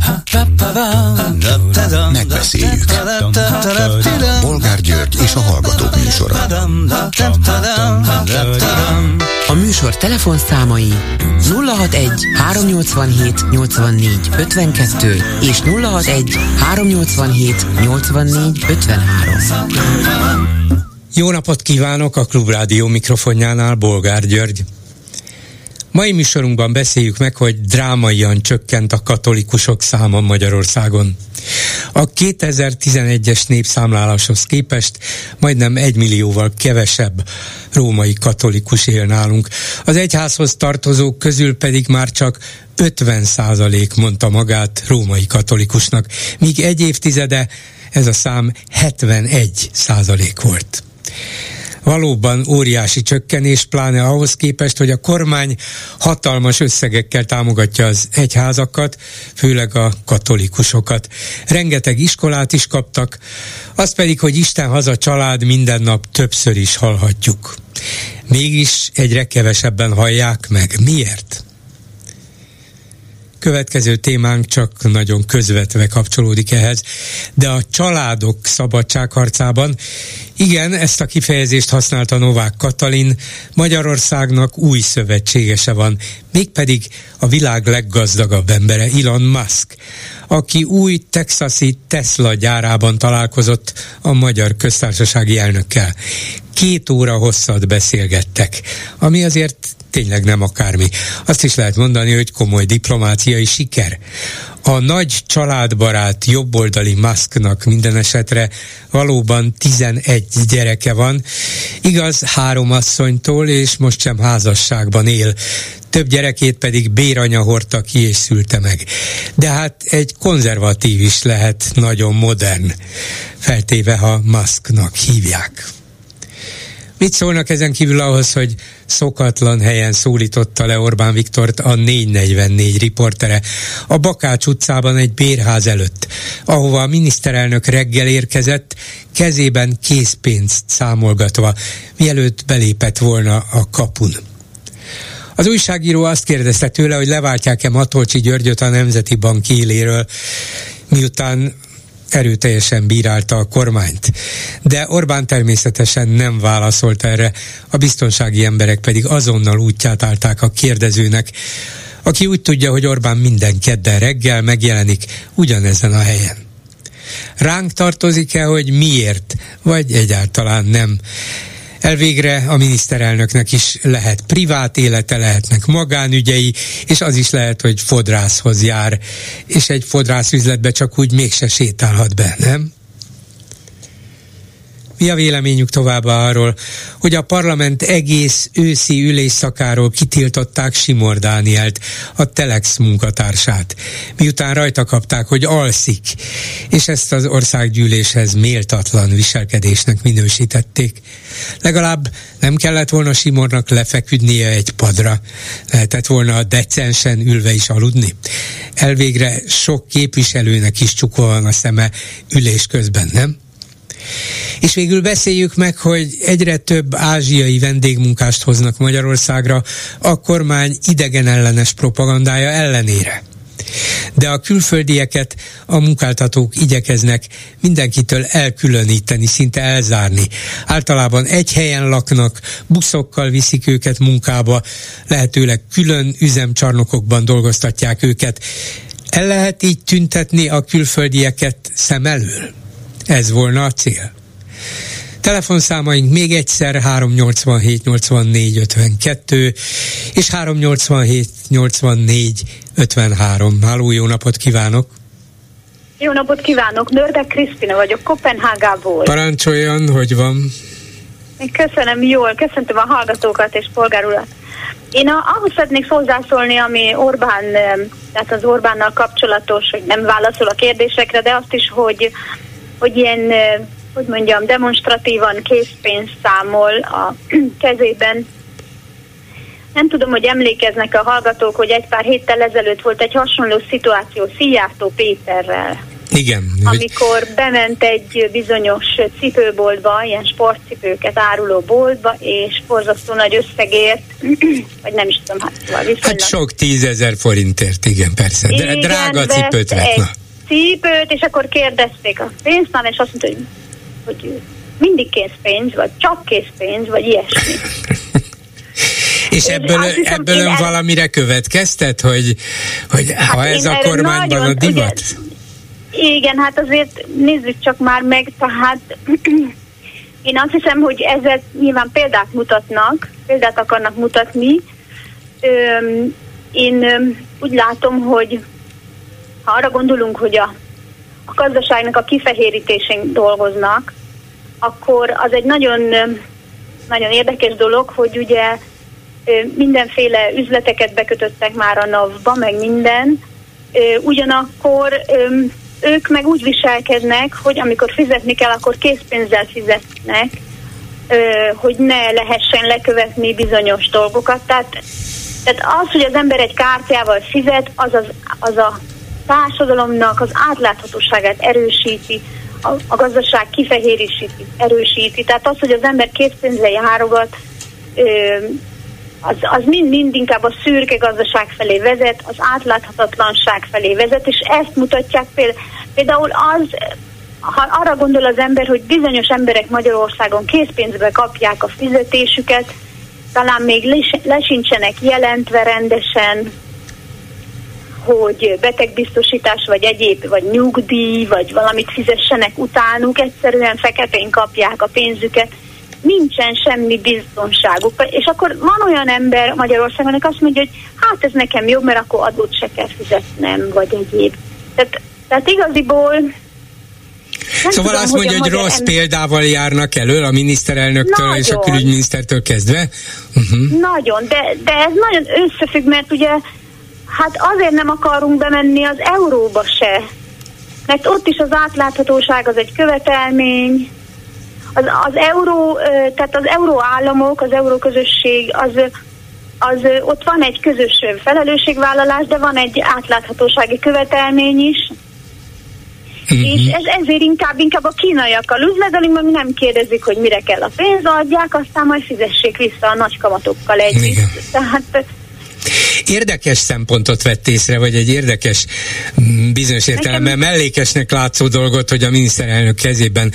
Megbeszéljük. Bolgár György és a Hallgatók műsora. A műsor telefonszámai 061 387 84 52 és 061 387 84 53. Jó napot kívánok, a Klubrádió mikrofonjánál Bolgár György. Mai műsorunkban beszéljük meg, hogy drámaian csökkent a katolikusok száma Magyarországon. A 2011-es népszámláláshoz képest majdnem 1 millióval kevesebb római katolikus él nálunk. Az egyházhoz tartozók közül pedig már csak 50% mondta magát római katolikusnak, míg egy évtizede ez a szám 71% volt. Valóban óriási csökkenés, pláne ahhoz képest, hogy a kormány hatalmas összegekkel támogatja az egyházakat, főleg a katolikusokat. Rengeteg iskolát is kaptak, azt pedig, hogy Isten haza család minden nap többször is hallhatjuk. Mégis egyre kevesebben hallják meg. Miért? Következő témánk csak nagyon közvetve kapcsolódik ehhez, de a családok szabadságharcában, igen, ezt a kifejezést használta Novák Katalin, Magyarországnak új szövetségese van, mégpedig a világ leggazdagabb embere, Elon Musk, aki új texasi Tesla gyárában találkozott a Magyar Köztársasági elnökkel. 2 óra hosszat beszélgettek, ami azért tényleg nem akármi. Azt is lehet mondani, hogy komoly diplomáciai siker. A nagy családbarát jobboldali Musknak minden esetre valóban 11 gyereke van, igaz 3 asszonytól, és most sem házasságban él. Több gyerekét pedig béranya hordta ki és szülte meg. De hát egy konzervatív is lehet nagyon modern, feltéve ha Musknak hívják. Mit szólnak ezen kívül ahhoz, hogy szokatlan helyen szólította le Orbán Viktort a 444 riportere a Bakács utcában egy bérház előtt, ahova a miniszterelnök reggel érkezett, kezében készpénzt számolgatva, mielőtt belépett volna a kapun. Az újságíró azt kérdezte tőle, hogy leváltják-e Matolcsy Györgyöt a Nemzeti Bank éléről, miután erőteljesen bírálta a kormányt. De Orbán természetesen nem válaszolt erre, a biztonsági emberek pedig azonnal útját állták a kérdezőnek, aki úgy tudja, hogy Orbán minden kedden reggel megjelenik ugyanezen a helyen. Ránk tartozik-e, hogy miért, vagy egyáltalán nem? Elvégre a miniszterelnöknek is lehet privát élete, lehetnek magánügyei, és az is lehet, hogy fodrászhoz jár, és egy fodrászüzletbe csak úgy mégse sétálhat be, nem? Mi a véleményük továbbá arról, hogy a parlament egész őszi ülésszakáról kitiltották Simor Dánielt, a Telex munkatársát, miután rajta kapták, hogy alszik, és ezt az országgyűléshez méltatlan viselkedésnek minősítették. Legalább nem kellett volna Simornak lefeküdnie egy padra, lehetett volna decensen ülve is aludni. Elvégre sok képviselőnek is csukva van a szeme ülés közben, nem? És végül beszéljük meg, hogy egyre több ázsiai vendégmunkást hoznak Magyarországra a kormány idegenellenes propagandája ellenére. De a külföldieket a munkáltatók igyekeznek mindenkitől elkülöníteni, szinte elzárni. Általában egy helyen laknak, buszokkal viszik őket munkába, lehetőleg külön üzemcsarnokokban dolgoztatják őket. El lehet így tüntetni a külföldieket szem elől? Ez volna a cél. Telefonszámaink még egyszer 387 84 52 és 387 84 53. Háló, jó napot kívánok! Jó napot kívánok! Nördek Krisztina vagyok, Koppenhágából. Parancsoljon, hogy van? Köszönöm, jól. Köszöntöm a hallgatókat és polgár urat. Én ahhoz szeretnék hozzászólni, ami Orbán, tehát az Orbánnal kapcsolatos, hogy nem válaszol a kérdésekre, de azt is, hogy ilyen, hogy mondjam, demonstratívan készpénzt számol a kezében. Nem tudom, hogy emlékeznek a hallgatók, hogy egy pár héttel ezelőtt volt egy hasonló szituáció Szijjártó Péterrel. Igen. Amikor bement egy bizonyos cipőboltba, ilyen sportcipőket áruló boltba, és borzasztó nagy összegért, vagy nem is tudom, hát sok 10 000 forintért, igen, persze. De igen, drága cipőt vett. Cipőt, és akkor kérdezték a pénztár, és azt mondta, hogy mindig készpénz, vagy csak készpénz, vagy ilyesmi. És ebből ön valamire következtet, hogy ha ez a kormányban a divat? Ugye, igen, hát azért nézzük csak már meg, tehát én azt hiszem, hogy ezzel nyilván példát akarnak mutatni. Én úgy látom, hogy ha arra gondolunk, hogy a gazdaságnak a kifehérítésén dolgoznak, akkor az egy nagyon, nagyon érdekes dolog, hogy ugye mindenféle üzleteket bekötöttek már a NAV-ba, meg minden, ugyanakkor ők meg úgy viselkednek, hogy amikor fizetni kell, akkor készpénzzel fizetnek, hogy ne lehessen lekövetni bizonyos dolgokat. Tehát az, hogy az ember egy kártyával fizet, az a társadalomnak az átláthatóságát erősíti, a gazdaság kifehérítését erősíti. Tehát az, hogy az ember készpénzzel járogat, az mind inkább a szürke gazdaság felé vezet, az átláthatatlanság felé vezet, és ezt mutatják például az, ha arra gondol az ember, hogy bizonyos emberek Magyarországon készpénzbe kapják a fizetésüket, talán még lesincsenek jelentve rendesen, hogy betegbiztosítás, vagy egyéb, vagy nyugdíj, vagy valamit fizessenek utánuk, egyszerűen feketén kapják a pénzüket, nincsen semmi biztonságuk. És akkor van olyan ember Magyarországon, aki azt mondja, hogy hát ez nekem jobb, mert akkor adót se kell fizetnem, vagy egyéb. Tehát igaziból... Szóval azt mondja, hogy rossz példával járnak elől a miniszterelnöktől nagyon, és a külügyminisztertől kezdve? Nagyon, de ez nagyon összefügg, mert ugye hát azért nem akarunk bemenni az euróba se, mert ott is az átláthatóság az egy követelmény, az euró, tehát az euróállamok, az euróközösség, az ott van egy közös felelősségvállalás, de van egy átláthatósági követelmény is, és ezért inkább a kínaiakkal üzletelünk, mert mi nem kérdezik, hogy mire kell a pénz, adják, aztán majd fizessék vissza a nagy kamatokkal együtt. Tehát érdekes szempontot vett észre, vagy egy érdekes, bizonyos értelemben mellékesnek látszó dolgot, hogy a miniszterelnök kezében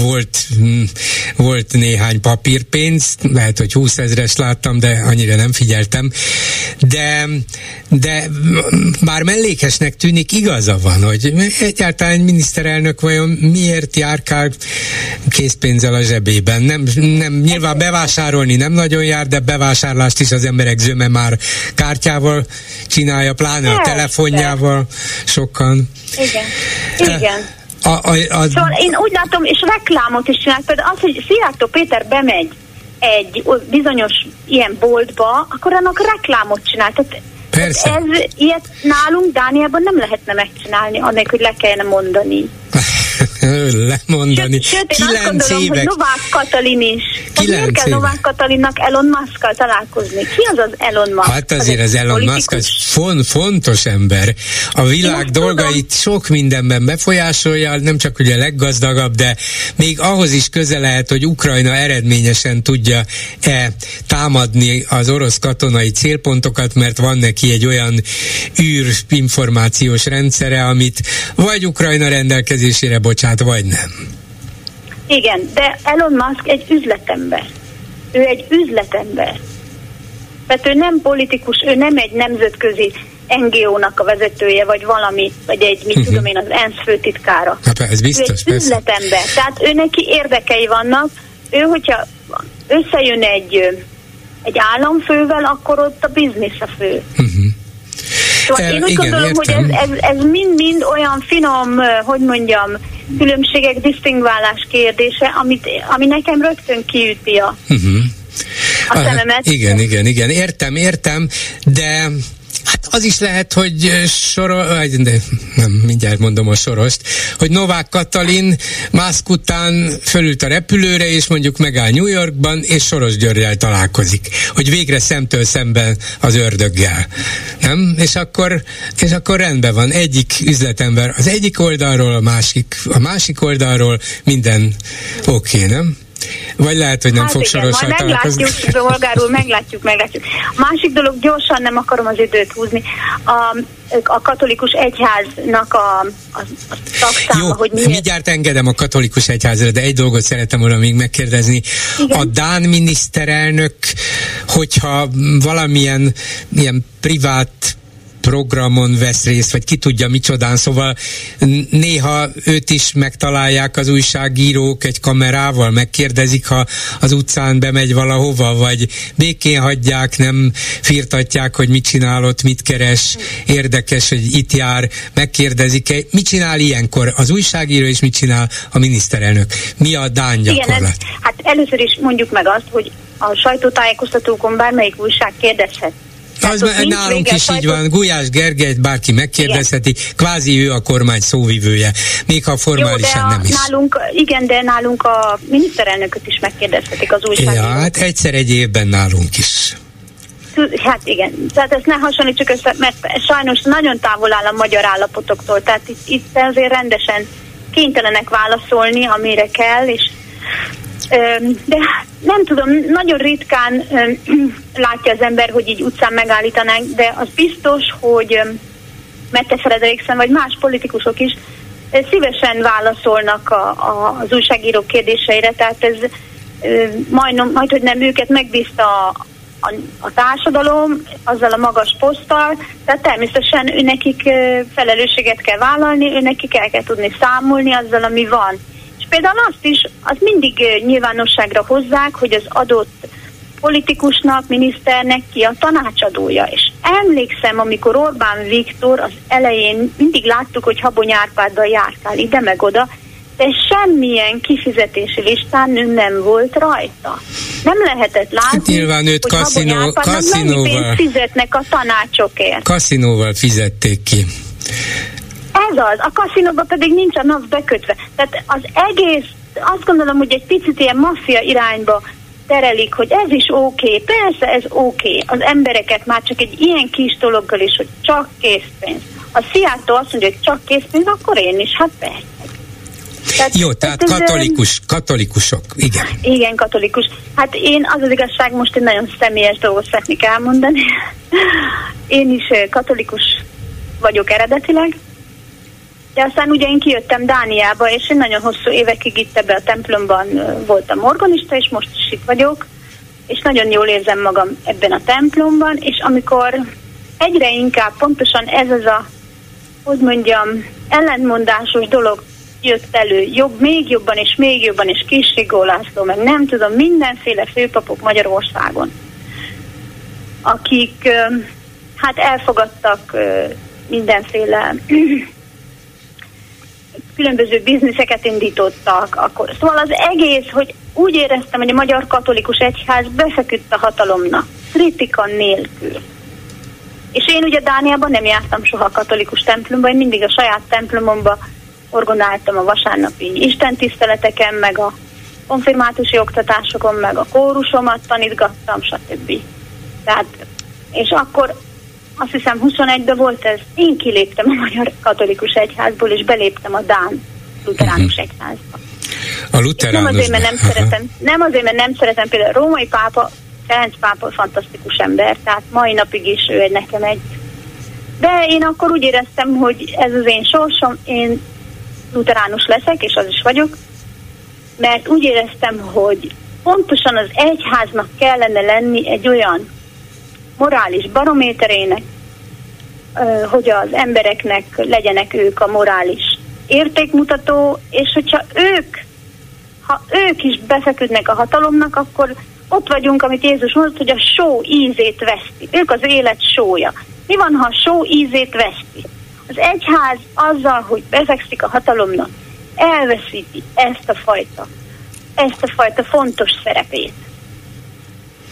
volt néhány papírpénz, lehet, hogy 20 000-es láttam, de annyira nem figyeltem, de bár mellékesnek tűnik, igaza van, hogy egyáltalán egy miniszterelnök vajon miért járkál készpénzzel a zsebében. Nem nyilván bevásárolni nem nagyon jár, de bevásárlást is az emberek zöme már kártyával csinálja, pláne a telefonjával sokan. Igen. Szóval én úgy látom, és reklámot is csinál, például az, hogy Szijjártó Péter bemegy egy bizonyos ilyen boltba, akkor annak reklámot csinál. Tehát persze. Ilyet nálunk Dániában nem lehetne megcsinálni, annak, hogy le kellene mondani. Lemondani. Sőt, én azt gondolom, hogy Novák Katalin is. Miért kell Novák Katalinnak Elon Muskkal találkozni? Ki az Elon Musk? Hát azért az Elon Musk az fontos ember. A világ dolgait sok mindenben befolyásolja, nem csak ugye a leggazdagabb, de még ahhoz is közel lehet, hogy Ukrajna eredményesen tudja támadni az orosz katonai célpontokat, mert van neki egy olyan űrinformációs rendszere, amit vagy Ukrajna rendelkezésére bocsát, vagy nem. Igen, de Elon Musk egy üzletember. Ő egy üzletember. Tehát ő nem politikus, ő nem egy nemzetközi NGO-nak a vezetője, vagy valami, vagy egy, mit tudom én, az ENSZ főtitkára. Hát ez biztos, ő egy üzletember. Tehát ő neki érdekei vannak. Ő, hogyha összejön egy államfővel, akkor ott a biznisz a fő. Szóval én úgy gondolom, hogy ez mind-mind olyan finom, hogy mondjam, különbségek, disztingválás kérdése, ami nekem rögtön kiüti a szememet. Igen, értem, de Hát az is lehet, hogy mindjárt mondom a Sorost, hogy Novák Katalin maszk után fölült a repülőre, és mondjuk megáll New Yorkban, és Soros Györggyel találkozik, hogy végre szemtől szemben az ördöggel. Nem? És akkor rendben van. Egyik üzletember az egyik oldalról, a másik oldalról, minden oké, nem? Vagy lehet, hogy nem fog Sorossal találkozni. Meglátjuk. A másik dolog, gyorsan, nem akarom az időt húzni, a katolikus egyháznak a tagszáma, jó, hogy miért... mindjárt engedem a katolikus egyházra, de egy dolgot szeretem volna még megkérdezni. Igen? A dán miniszterelnök, hogyha valamilyen ilyen privát programon vesz részt, vagy ki tudja micsodán, szóval néha őt is megtalálják az újságírók egy kamerával, megkérdezik, ha az utcán bemegy valahova, vagy békén hagyják, nem firtatják, hogy mit csinál ott, mit keres, érdekes, hogy itt jár, megkérdezik, mit csinál ilyenkor az újságíró, és mit csinál a miniszterelnök. Mi a dán gyakorlat? Igen, hát először is mondjuk meg azt, hogy a sajtótájékoztatókon bármelyik újság kérdezhet. Az nálunk is így van, Gulyás Gergelyt bárki megkérdezheti, kvázi ő a kormány szóvivője, még ha formálisan nem is. De nálunk a miniszterelnököt is megkérdezhetik az újságírók. Ja, hát egyszer egy évben nálunk is. Hát igen, tehát ezt ne hasonlítsuk össze, mert sajnos nagyon távol áll a magyar állapotoktól, tehát itt azért rendesen kénytelenek válaszolni, amire kell, és de nem tudom, nagyon ritkán látja az ember, hogy így utcán megállítanánk, de az biztos, hogy Mette Frederiksen vagy más politikusok is szívesen válaszolnak az újságírók kérdéseire, tehát ez majd hogy nem őket megbízta a társadalom azzal a magas poszttal, tehát természetesen őnekik felelősséget kell vállalni, őnekik el kell tudni számolni azzal, ami van. Például azt mindig nyilvánosságra hozzák, hogy az adott politikusnak, miniszternek ki a tanácsadója. És emlékszem, amikor Orbán Viktor az elején mindig láttuk, hogy Habony Árpáddal járkál ide meg oda, de semmilyen kifizetési listán nem volt rajta. Nem lehetett látni, hát nyilván őt hogy Habony Árpádnak mennyi pénzt fizetnek a tanácsokért. Kaszinóval fizették ki. Ez az, a kaszinóban pedig nincs a NAV bekötve. Tehát az egész, azt gondolom, hogy egy picit ilyen maffia irányba terelik, hogy ez is oké, persze ez oké. Az embereket már csak egy ilyen kis dologgal is, hogy csak készpénz. A Szijjártó azt mondja, hogy csak készpénz, akkor én is, hát persze. Jó, tehát katolikusok, igen. Igen, katolikus. Hát én, az igazság, most egy nagyon személyes dolgot szeretnék elmondani. Én is katolikus vagyok eredetileg, de aztán ugye én kijöttem Dániába, és én nagyon hosszú évekig itt ebben a templomban voltam orgonista, és most is itt vagyok, és nagyon jól érzem magam ebben a templomban, és amikor egyre inkább pontosan ez az a, hogy mondjam, ellentmondásos dolog jött elő, még jobban, és Kis Rigó László, meg nem tudom, mindenféle főpapok Magyarországon, akik hát elfogadtak mindenféle különböző bizniszeket indítottak, akkor. Szóval az egész, hogy úgy éreztem, hogy a Magyar Katolikus Egyház befeküdt a hatalomnak, kritika nélkül. És én ugye Dániában nem jártam soha a katolikus templomba, én mindig a saját templomomba orgonáltam a vasárnapi istentiszteleteken, meg a konfirmátusi oktatásokon, meg a kórusomat tanítgattam, stb. Tehát, és akkor azt hiszem 21-ben volt ez, én kiléptem a Magyar Katolikus Egyházból, és beléptem a dán luteránus egyházba. A luteránus. Nem azért, mert nem szeretem, például a római pápa, Ferenc pápa fantasztikus ember, tehát mai napig is ő nekem egy. De én akkor úgy éreztem, hogy ez az én sorsom, én luteránus leszek, és az is vagyok, mert úgy éreztem, hogy pontosan az egyháznak kellene lenni egy olyan morális barométerének, hogy az embereknek legyenek ők a morális értékmutató, és ha ők is befeküdnek a hatalomnak, akkor ott vagyunk, amit Jézus mondott, hogy a só ízét veszti. Ők az élet sója. Mi van, ha a só ízét veszti? Az egyház azzal, hogy befekszik a hatalomnak, elveszíti ezt a fajta fontos szerepét.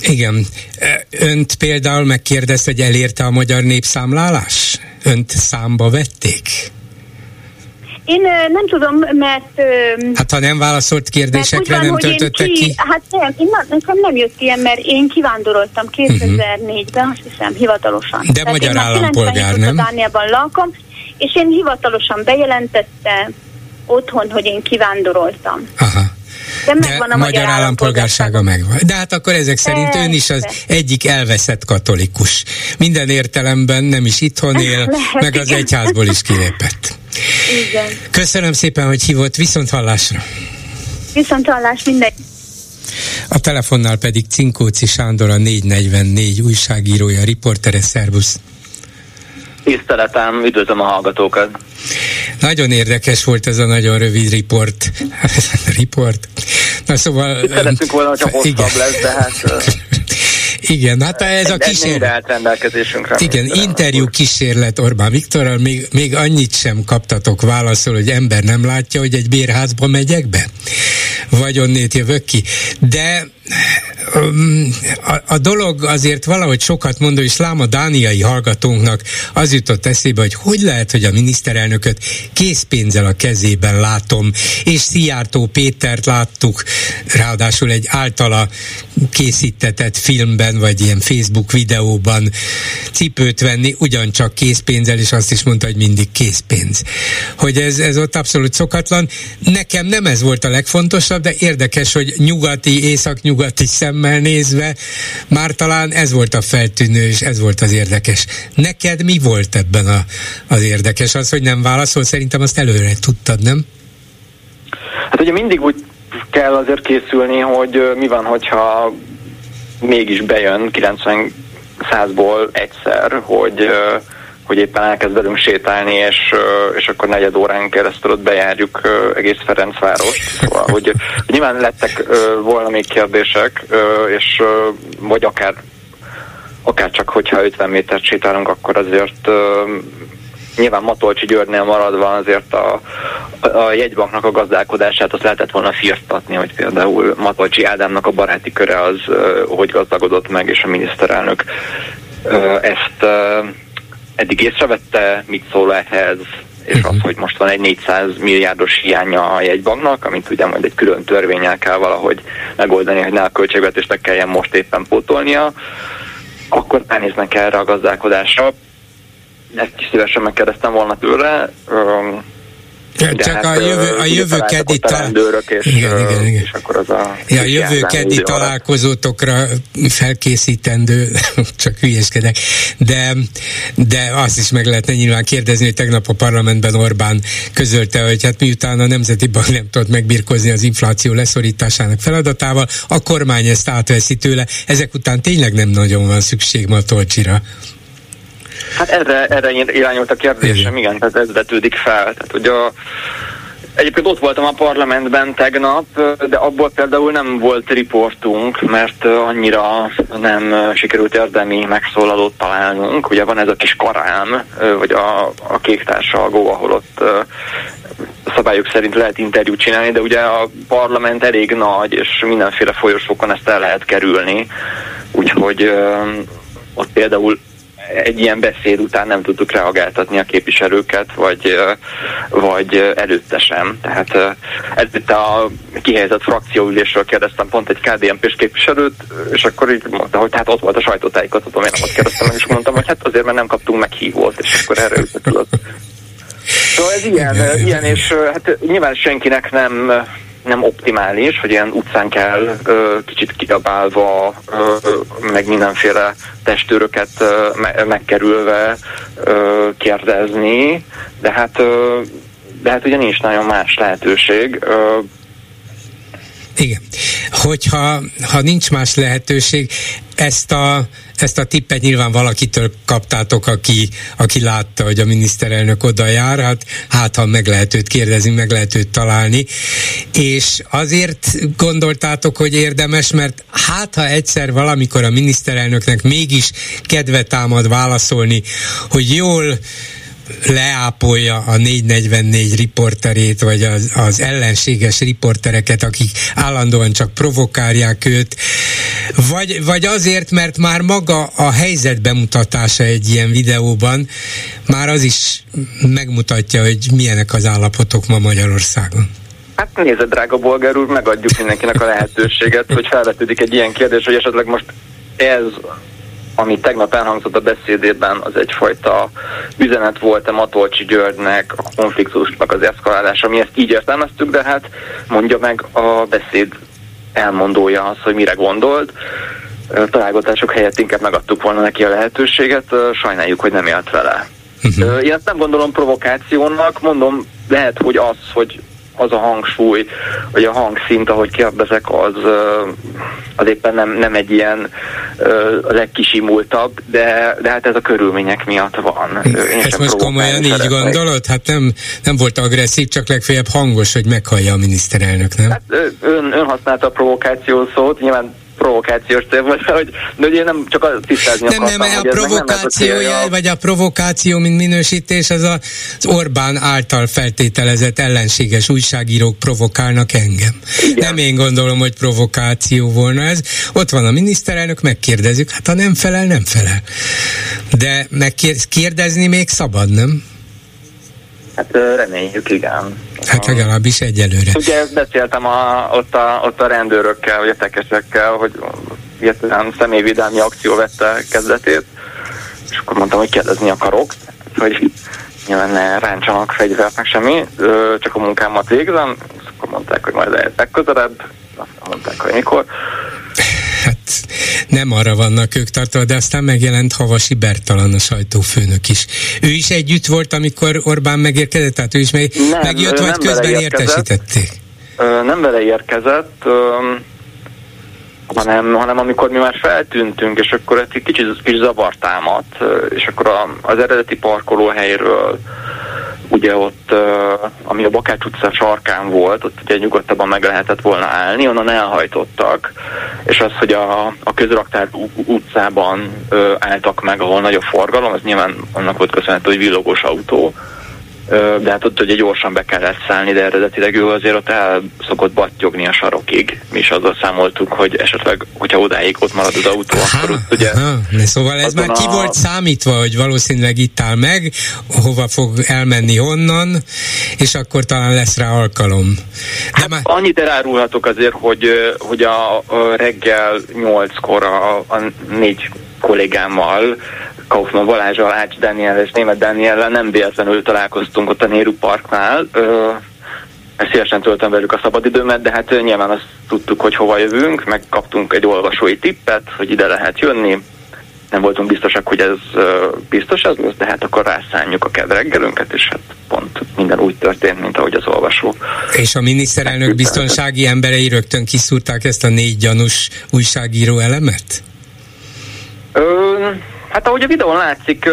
Igen. Önt például megkérdezte, hogy elérte a magyar népszámlálás? Önt számba vették? Én nem tudom, mert... Hát ha nem válaszolt kérdésekre, nem töltöttek ki? Hát nekem nem jött ilyen, mert én kivándoroltam 2004-ben, azt hiszem, hivatalosan. De tehát magyar állampolgár, nem? Dániában lakom, és én hivatalosan bejelentettem otthon, hogy én kivándoroltam. Aha. De a magyar állampolgársága megvan. De hát akkor ezek szerint ön is az egyik elveszett katolikus. Minden értelemben nem is itthon él, meg az egyházból is kilépett. Igen. Köszönöm szépen, hogy hívott, viszonthallásra. Viszonthallás, mindegy. A telefonnál pedig Cinkóci Sándor, a 444 újságírója, riportere, szervusz. Tiszteletem, üdvözlöm a hallgatókat. Nagyon érdekes volt ez a nagyon rövid riport. Na szóval... Szeretünk volna, hogyha hosszabb lesz, de hát... Igen, hát ez a kísérlet. Igen, interjú kísérlet Orbán Viktorral, még annyit sem kaptatok válaszol, hogy ember nem látja, hogy egy bérházba megyek be? Vagy onnét jövök ki. De a dolog azért valahogy sokat mondó, és lám a dániai hallgatónknak az jutott eszébe, hogy lehet, hogy a miniszterelnököt készpénzzel a kezében látom, és Szijjártó Pétert láttuk, ráadásul egy általa készítetett filmben, vagy ilyen Facebook videóban cipőt venni, ugyancsak készpénzzel, és azt is mondta, hogy mindig készpénz. Hogy ez ott abszolút szokatlan. Nekem nem ez volt a legfontosabb, de érdekes, hogy nyugati, északnyugati szemmel nézve már talán ez volt a feltűnő, és ez volt az érdekes. Neked mi volt ebben az érdekes? Az, hogy nem válaszol, szerintem azt előre tudtad, nem? Hát ugye mindig úgy kell azért készülni, hogy mi van, hogyha mégis bejön 90-100-ból egyszer, hogy éppen elkezd velünk sétálni, és akkor 4 órán keresztül ott bejárjuk egész Ferencvárost. Szóval, hogy nyilván lettek volna még kérdések, és vagy akár csak, hogyha 50 métert sétálunk, akkor azért nyilván Matolcsy Györgynél maradva azért a jegybanknak a gazdálkodását azt lehetett volna firtatni, hogy például Matolcsy Ádámnak a baráti köre az hogy gazdagodott meg, és a miniszterelnök ezt eddig észrevette, mit szól ehhez, és az, hogy most van egy 400 milliárdos hiánya a jegybanknak, amit ugye majd egy külön törvénnyel kell valahogy megoldani, hogy ne a költségvetésnek kelljen most éppen pótolnia, akkor ránéznek erre a gazdálkodásra. Ezt is szívesen megkérdeztem volna tőle. Csak hát, a jövő keddi és akkor az a jövő keddi találkozótokra felkészítendő, csak hülyéskedek, de azt is meg lehetne nyilván kérdezni, hogy tegnap a parlamentben Orbán közölte, hogy hát miután a Nemzeti Bank nem tudott megbirkózni az infláció leszorításának feladatával, a kormány ezt átveszi tőle. Ezek után tényleg nem nagyon van szükség Matolcsira. Hát erre irányult a kérdésem, igen, tehát ez vetődik fel. Tehát, hogy egyébként ott voltam a parlamentben tegnap, de abból például nem volt riportunk, mert annyira nem sikerült érdemi megszólalót találnunk. Ugye van ez a kis karám, vagy a kék társalgó, ahol ott szabályok szerint lehet interjút csinálni, de ugye a parlament elég nagy, és mindenféle folyosókon ezt el lehet kerülni. Úgyhogy ott például egy ilyen beszéd után nem tudtuk reagáltatni a képviselőket, vagy előtte sem. Tehát előtte a kihelyezett frakcióülésről kérdeztem pont egy KDNP-s képviselőt, és akkor így mondta, hogy hát ott volt a sajtótájékoztató, én nem ott kérdeztem meg, és mondtam, hogy hát azért, mert nem kaptunk meghívót, és akkor erre összetudott. Szóval ez ilyen, és hát nyilván senkinek nem optimális, hogy ilyen utcán kell kicsit kiabálva, meg mindenféle testőröket megkerülve kérdezni, de hát ugye nincs nagyon más lehetőség. Igen. Hogyha nincs más lehetőség, ezt a tippet nyilván valakitől kaptátok, aki látta, hogy a miniszterelnök oda jár, hát ha meg lehet őt kérdezni, meg lehet őt találni, és azért gondoltátok, hogy érdemes, mert hát ha egyszer valamikor a miniszterelnöknek mégis kedve támad válaszolni, hogy jól leápolja a 444 riporterét, vagy az ellenséges riportereket, akik állandóan csak provokálják őt, Vagy azért, mert már maga a helyzet bemutatása egy ilyen videóban, már az is megmutatja, hogy milyenek az állapotok ma Magyarországon. Hát nézd, drága bolgár úr, megadjuk mindenkinek a lehetőséget, hogy felvetődik egy ilyen kérdés, hogy esetleg most ez, ami tegnap elhangzott a beszédében, az egyfajta üzenet volt-e Matolcsy Györgynek, a konfliktusnak az eszkalálása. Mi ezt így értelmeztük, de hát mondja meg a beszéd elmondója az, hogy mire gondolt. Találgatások helyett inkább megadtuk volna neki a lehetőséget, sajnáljuk, hogy nem élt vele. Én ezt nem gondolom provokációnak, mondom, lehet, hogy az a hangsúly, vagy a hangszint, ahogy kérdezek, az éppen nem egy ilyen a legkisimultabb, de hát ez a körülmények miatt van. Ezt most komolyan így gondolod? Hát nem volt agresszív, csak legfeljebb hangos, hogy meghallja a miniszterelnök, nem? Hát ön használta a provokáció szót, nyilván provokációs cél volt, de ugye nem csak tisztázni akartam. Nem, a provokációja, vagy a provokáció, mint minősítés, az Orbán által feltételezett ellenséges újságírók provokálnak engem. Igen. Nem én gondolom, hogy provokáció volna ez. Ott van a miniszterelnök, megkérdezzük, hát ha nem felel, nem felel. De megkérdezni még szabad, nem? Hát reméljük, igen. Hát legalábbis egyelőre. Ugye ezt beszéltem ott a rendőrökkel, vagy a tekesekkel, hogy hirtelen személyvédelmi akció vette kezdetét, és akkor mondtam, hogy kérdezni akarok, hogy nyilván ne ráncsanak fegyvert, meg semmi, csak a munkámat végzem, és akkor mondták, hogy majd lehet legközelebb, azt mondták, hogy mikor. Hát nem arra vannak ők tartva, de aztán megjelent Havasi Bertalan, a sajtófőnök is. Ő is együtt volt, amikor Orbán megérkezett? Tehát ő is megjött, vagy közben értesítették? Nem vele érkezett, hanem amikor mi már feltűntünk, és akkor egy kis zavar támadt, és akkor az eredeti parkolóhelyről ugye ott, ami a Bakács utca sarkán volt, ott ugye nyugodtabban meg lehetett volna állni, onnan elhajtottak, és az, hogy a közraktár utcában álltak meg, ahol nagy a forgalom, az nyilván annak volt köszönhető, hogy villogós autó, de hát ott ugye gyorsan be kellett szállni, de eredetileg ő azért ott el szokott battyogni a sarokig. Mi is azzal számoltuk, hogy esetleg, hogyha odáig ott marad az autó, akkor ott ugye... Szóval ez már ki volt számítva, hogy valószínűleg itt áll meg, hova fog elmenni honnan, és akkor talán lesz rá alkalom. Hát annyit elárulhatok azért, hogy a reggel 8-kor a 4 kollégámmal, Kaufmann Balázsral, Ács Dániellel és Németh Dániellel nem véletlenül találkoztunk ott a Nehru Parknál. Szívesen töltöm velük a szabadidőmet, de hát nyilván azt tudtuk, hogy hova jövünk, megkaptunk egy olvasói tippet, hogy ide lehet jönni. Nem voltunk biztosak, hogy ez biztos az lesz, de hát akkor rászánjuk a kedreggelünket, és hát pont minden úgy történt, mint ahogy az olvasó. És a miniszterelnök biztonsági emberei rögtön kiszúrták ezt a 4 gyanús újságíró elemet? Hát ahogy a videón látszik,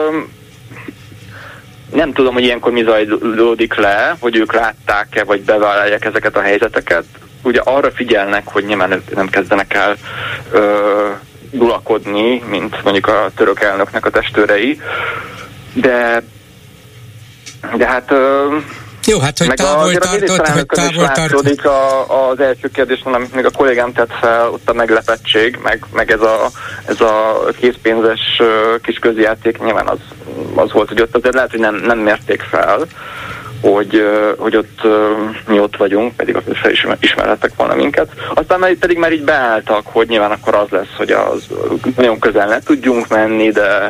nem tudom, hogy ilyenkor mi zajlódik le, hogy ők látták-e, vagy bevállalják ezeket a helyzeteket. Ugye arra figyelnek, hogy nyilván ők nem kezdenek el dulakodni, mint mondjuk a török elnöknek a testőrei, de hát... Jó, hát hogy távol tartott. Az első kérdésben, amit még a kollégám tett fel, ott a meglepettség, meg ez a készpénzes kis közjáték, nyilván az volt, hogy ott azért lehet, hogy nem mérték fel, hogy ott mi ott vagyunk, pedig akkor felismerhettek volna minket. Aztán pedig már így beálltak, hogy nyilván akkor az lesz, hogy az nagyon közel ne tudjunk menni, de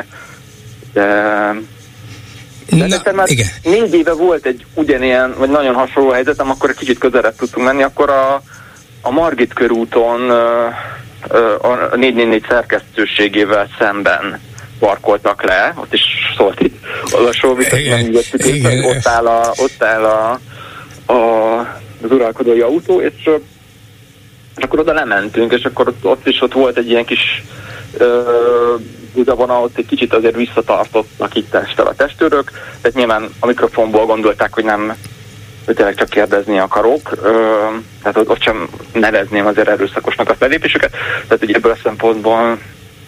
már 4 éve volt egy ugyanilyen, vagy nagyon hasonló helyzetem, akkor egy kicsit közelebb tudtunk menni, akkor a Margit körúton a 444 szerkesztőségével szemben parkoltak le, ott is szólt itt olvasó, ott áll az uralkodói autó, és akkor oda lementünk, és akkor ott volt egy ilyen kis van, ott egy kicsit azért visszatartottak itt testel a testőrök, tehát nyilván a mikrofonból gondolták, hogy hogy tényleg csak kérdezni akarok, tehát ott sem nevezném azért erőszakosnak a fellépésüket, tehát ugye ebből a szempontból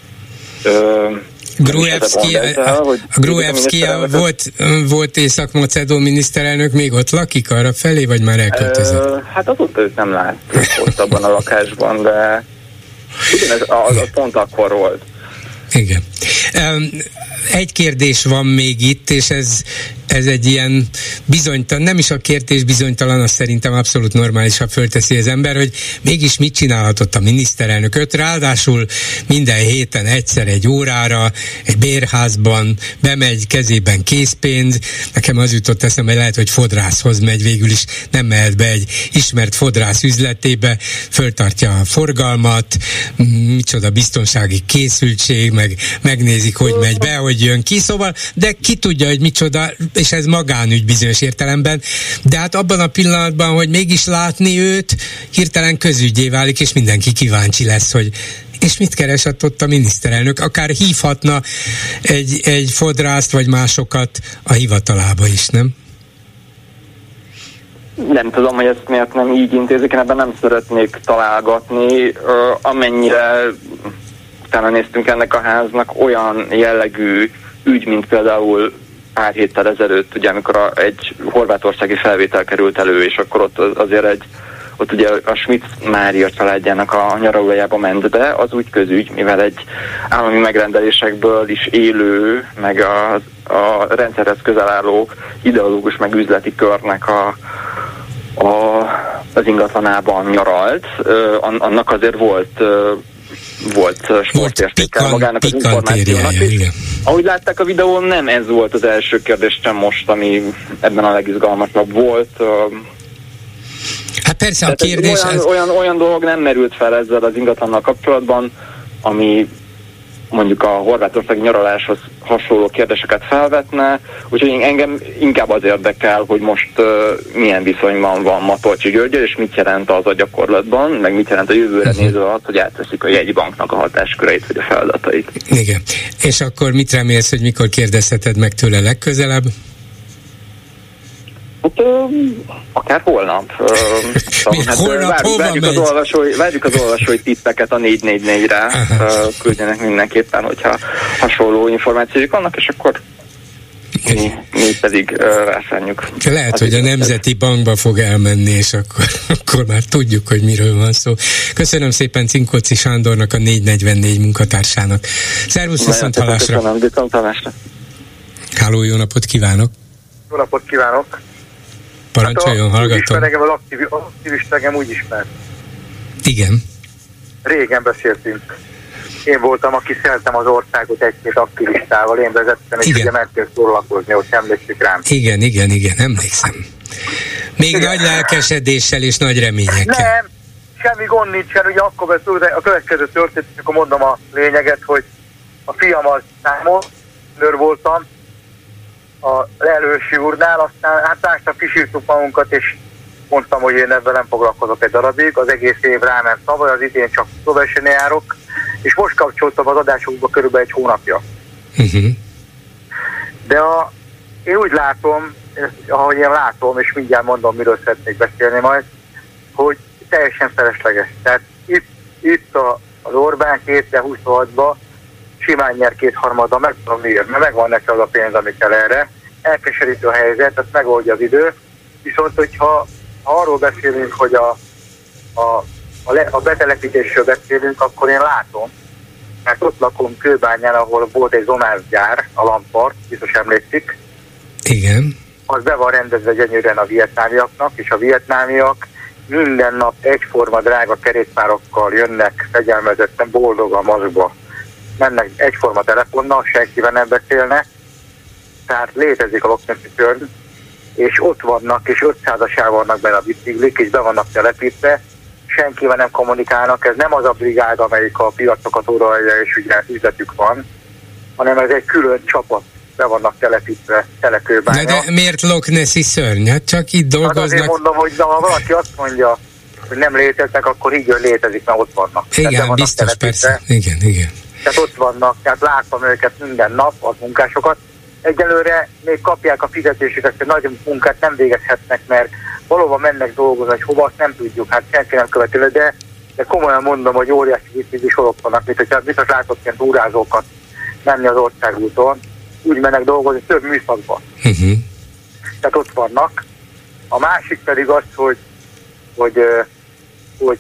Gruevski volt Észak-Macedón miniszterelnök, még ott lakik arra felé, vagy már elköltözött? Hát azóta őt nem láttuk ott abban a lakásban, de Igen, az pont akkor volt. Igen. Egy kérdés van még itt, és ez egy ilyen bizonytalan, nem is a kérdés bizonytalan, az szerintem abszolút normális, ha fölteszi az ember, hogy mégis mit csinálhatott a miniszterelnök. Ráadásul minden héten egyszer egy órára, egy bérházban bemegy, kezében készpénz. Nekem az jutott eszembe, hogy lehet, hogy fodrászhoz megy, végül is nem mehet be egy ismert fodrász üzletébe, föltartja a forgalmat, micsoda biztonsági készültség, meg megnézik, hogy megy be, hogy jön ki, szóval, de ki tudja, hogy micsoda, és ez magánügy bizonyos értelemben, de hát abban a pillanatban, hogy mégis látni őt, hirtelen közügyé válik, és mindenki kíváncsi lesz, hogy és mit keresett ott a miniszterelnök? Akár hívhatna egy fodrászt, vagy másokat a hivatalába is, nem? Nem tudom, hogy ezt miért nem így intézik, én ebben nem szeretnék találgatni, amennyire utána néztünk ennek a háznak, olyan jellegű ügy, mint például pár héttel ezelőtt, ugye, amikor egy horvátországi felvétel került elő, és akkor ott azért ott ugye a Schmidt Mária családjának a nyaralójába ment be, az úgy közügy, mivel egy állami megrendelésekből is élő, meg a rendszerhez közel álló ideológus meg üzleti körnek az ingatlanában nyaralt, annak azért volt sportértéke magának az információnak. Ahogy látták a videón, nem ez volt az első kérdés sem most, ami ebben a legizgalmasabb volt. Hát persze a kérdés... Olyan dolog nem merült fel ezzel az ingatlannal kapcsolatban, ami mondjuk a horvátországi nyaraláshoz hasonló kérdéseket felvetne, úgyhogy engem inkább az érdekel, hogy most milyen viszonyban van Matolcsy Györgyel, és mit jelent az a gyakorlatban, meg mit jelent a jövőre nézve az, hogy átveszik a jegybanknak a hatásköreit, vagy a feladatait. Igen. És akkor mit remélsz, hogy mikor kérdezheted meg tőle legközelebb? Hát, akár holnap. Várjuk az olvasói tippeket a 444-re, küldjenek mindenképpen, hogyha hasonló információjuk vannak, és akkor mi pedig rászánjuk. Lehet, hogy a Nemzeti Bankba fog elmenni, és akkor már tudjuk, hogy miről van szó. Köszönöm szépen Cinkóczy Sándornak, a 444 munkatársának. Szervusz, viszonthallásra! Köszönöm, viszonthallásra! Háló, jó napot kívánok! Jó napot kívánok! Parancsoljon, hallgatom. Engem az aktivista engem úgy ismert. Igen. Régen beszéltünk. Én voltam, aki szeltem az országot egy-két aktivistával, én vezettem, és ugye meg kell szórakozni, hogy emlékszik rám. Igen, emlékszem. Még igen. Nagy lelkesedéssel és nagy reményekkel. Nem, semmi gond nincsen, ugye akkor beszél, a következő történet, akkor mondom a lényeget, hogy a fiammal számolnőr voltam, a lelősi úrnál, aztán hát másnap kisírtuk magunkat, és mondtam, hogy én ebben nem foglalkozok egy darabig, az egész év ráment tavaly, az idén csak Szilveszteren járok, és most kapcsoltam az adásokba körülbelül egy hónapja. De én úgy látom, ahogy én látom, és mindjárt mondom, miről szeretnék beszélni majd, hogy teljesen felesleges. Tehát itt az Orbán 2026-ban simán nyer kétharmadban, meg tudom miért, mert megvan neki az a pénz, ami kell erre, elkeserítő a helyzet, azt megoldja az idő, viszont hogyha arról beszélünk, hogy a betelepítésről beszélünk, akkor én látom, mert ott lakom Kőbányán, ahol volt egy zonászgyár, a Lampart, biztos emlékszik. Igen. Az be van rendezve gyönyörűen a vietnámiaknak, és a vietnámiak minden nap egyforma drága kerékpárokkal jönnek fegyelmezetten, boldogan maszkba. Mennek egyforma telefonnal, senkivel nem beszélnek, tehát létezik a Locknesi Törn, és ott vannak, és 500-asával vannak benne a biciklik, és be vannak telepítve, senkivel nem kommunikálnak, ez nem az a brigád, amelyik a piacokat uralja, és ugye üzletük van, hanem ez egy külön csapat, be vannak telepítve Telekőbányra. De miért Locknesi szörny? Hát csak itt dolgoznak. Hát azért mondom, hogy ha valaki azt mondja, hogy nem léteznek, akkor így létezik, mert ott vannak. Igen, biztos, persze. Igen. Tehát ott vannak, tehát láttam őket minden nap, az munkásokat. Egyelőre még kapják a fizetésüket, hogy nagy munkát nem végezhetnek, mert valóban mennek dolgozni, hogy hova, azt nem tudjuk, hát senki nem követi, de komolyan mondom, hogy óriási vízvízi sorok vannak, mint hogyha biztos látott ilyen túrázókat menni az országúton, úgy mennek dolgozni több műszakban. Tehát ott vannak. A másik pedig az, hogy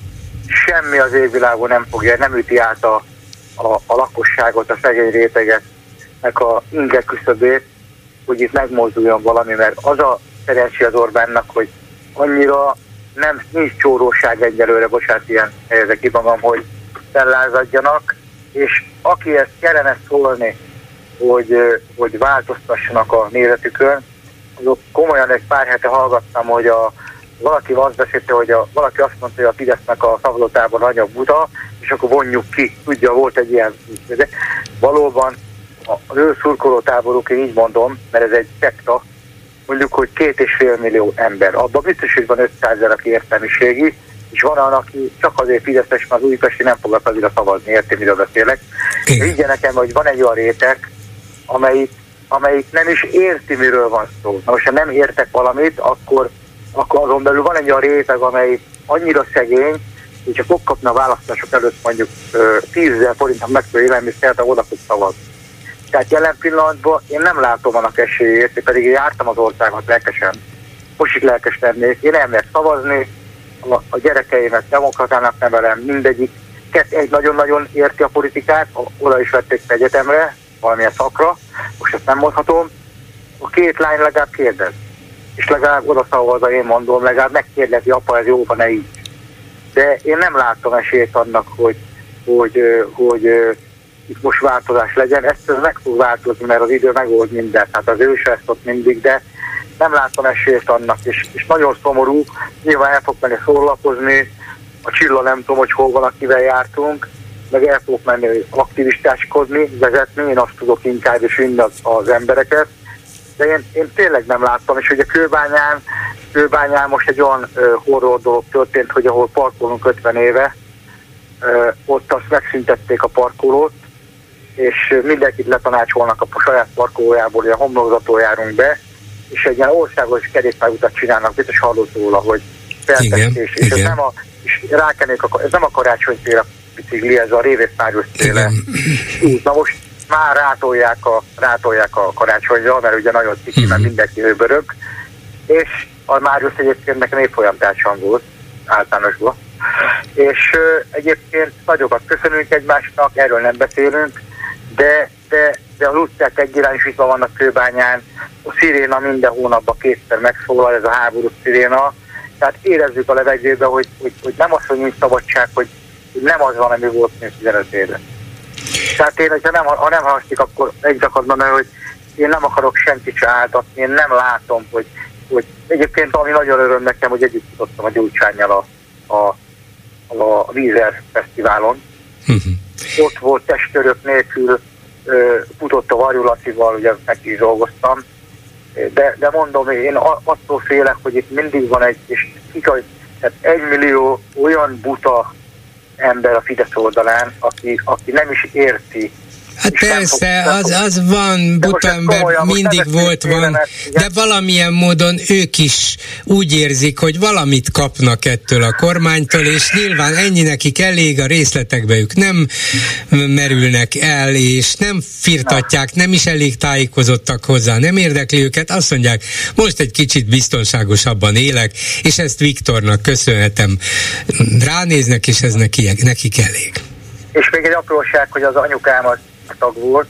semmi az égvilágon nem fogja, nem üti át a lakosságot, a szegény rétegetnek a inge küszöbét, hogy itt megmozduljon valami, mert az a szerencsé az Orbánnak, hogy annyira nincs csóróság egyelőre, bocsánat, ilyen helyezek ki magam, hogy fellázadjanak, és aki ezt kellene szólni, hogy változtassanak a nézetükön, azok komolyan egy pár hete hallgattam, hogy valaki azt beszélte, hogy valaki azt mondta, hogy a Fidesznek a szavazótábor nagyobb buta, és akkor vonjuk ki. Tudja, volt egy ilyen, de valóban az ő szurkolótáboruk, én így mondom, mert ez egy szekta, mondjuk, hogy 2,5 millió ember. Abban biztos, hogy van 500 000, aki értelmiségi, és van olyan, aki csak azért fideszes, mert az újpesti nem fognak azért szavazni, érti, miről beszélek. Így nekem, hogy van egy olyan réteg, amelyik nem is érti, miről van szó. Na most, ha nem értek valamit, akkor azon belül van egy olyan réteg, amely annyira szegény, hogy csak ott kapna a választások előtt mondjuk 10 000 forintot megfelelő élelmiszert, oda tud szavazni. Tehát jelen pillanatban én nem látom annak esélyét, pedig én jártam az országot lelkesen. Most is lelkes lennék. Én elmegyek szavazni, a gyerekeimet demokratának nevelem, mindegyik. Egy nagyon-nagyon érti a politikát, oda is vették egyetemre, valamilyen szakra, most ezt nem mondhatom. A két lány legalább kérdez. És legalább oda szavazza, én mondom, legalább megkérdezi, apa, ez jó, van-e így. De én nem látom esélyt annak, hogy itt most változás legyen. Ez meg fog változni, mert az idő megold mindent. Hát az ő se ezt ott mindig, de nem látom esélyt annak, és nagyon szomorú. Nyilván el fog menni szólakozni, a Csilla nem tudom, hogy hol van, akivel jártunk, meg el fogok menni aktivistáskodni, vezetni, én azt tudok inkább, és vinni az embereket. De én tényleg nem láttam, és ugye Kőbányán most egy olyan horror dolog történt, hogy ahol parkolunk 50 éve, ott azt megszüntették a parkolót, és mindenkit letanácsolnak a saját parkolójából, hogy a homlokzaton járunk be, és egy ilyen országos kerékpárutat csinálnak, biztos hallott róla, hogy feltestés, és ez nem ez nem a karácsonyféle bicikli, ez a révészpárőszféle út. Na most már rátolják a karácsonyra, mert ugye nagyon ciki, mert mindenki hőbörög, és a Máriusz egyébként nekem évfolyamtársam volt általánosban, és egyébként nagyokat köszönünk egymásnak, erről nem beszélünk, de az utcák egyirányosítva vannak Kőbányán, a sziréna minden hónapban 2-szer megszólal, ez a háborús sziréna, tehát érezzük a levegőben, hogy nem az, hogy nincs szabadság, hogy nem az van, ami volt 15 éve. Tehát én, ha nem halastik, akkor egy akar mondani, hogy én nem akarok senkit se áltatni, én nem látom, hogy egyébként ami nagyon öröm nekem, hogy együtt futottam a Gyurcsánnyal a Vízer Fesztiválon. Ott volt testtörök nélkül, futott a Varjú Lacival, ugye neki is dolgoztam, de mondom, én attól félek, hogy itt mindig van tehát 1 millió olyan buta ember a Fidesz oldalán, aki nem is érti. Hát persze, az van, buta ember mindig volt, de valamilyen módon ők is úgy érzik, hogy valamit kapnak ettől a kormánytól, és nyilván ennyi nekik elég, a részletekbe ők nem merülnek el, és nem firtatják, nem is elég tájékozottak hozzá, nem érdekli őket, azt mondják, most egy kicsit biztonságosabban élek, és ezt Viktornak köszönhetem. Ránéznek, és ez nekik elég. És még egy apróság, hogy az anyukám az tag volt,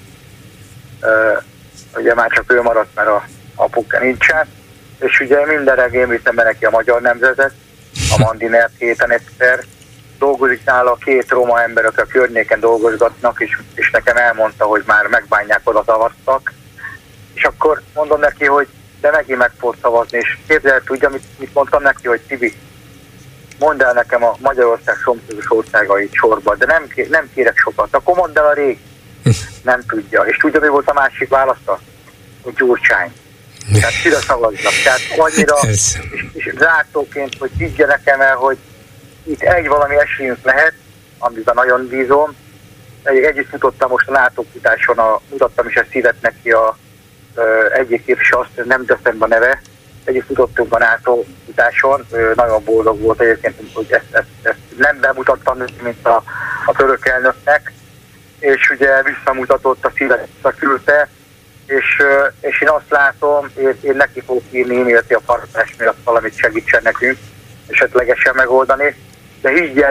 ugye már csak ő maradt, mert a apuka nincsen, és ugye minden reggel viszem be neki a Magyar Nemzetet, a Mandinert héten egyszer, dolgozik nála 2 roma ember, akik a környéken dolgozgatnak, és nekem elmondta, hogy már megbánják, oda szavaztak, és akkor mondom neki, hogy de megint meg fog szavazni, és képzel, tudja, mit mondtam neki, hogy Tibi, mondd el nekem a Magyarország szomszédos országait sorba, de nem kérek sokat, akkor mondd el a rég. Nem tudja. És tudja, mi volt a másik választa? A Gyurcsány. Tehát szíre szavaznak. Tehát annyira, és zártóként, hogy higgyenek el, hogy itt valami esélyünk lehet, amiben nagyon bízom. Együtt futottam most a látófutáson, mutattam is a szívet neki egyik képviselő, azt nem teszem a neve, együtt futottunk a látófutáson, nagyon boldog volt egyébként, hogy ezt nem bemutattam, mint a török elnöknek, és ugye visszamutatott, a szívet visszaküldte, és én azt látom, én neki fogok írni e-mailt a parkolás miatt valamit segítsen nekünk, esetlegesen megoldani, de higgy el,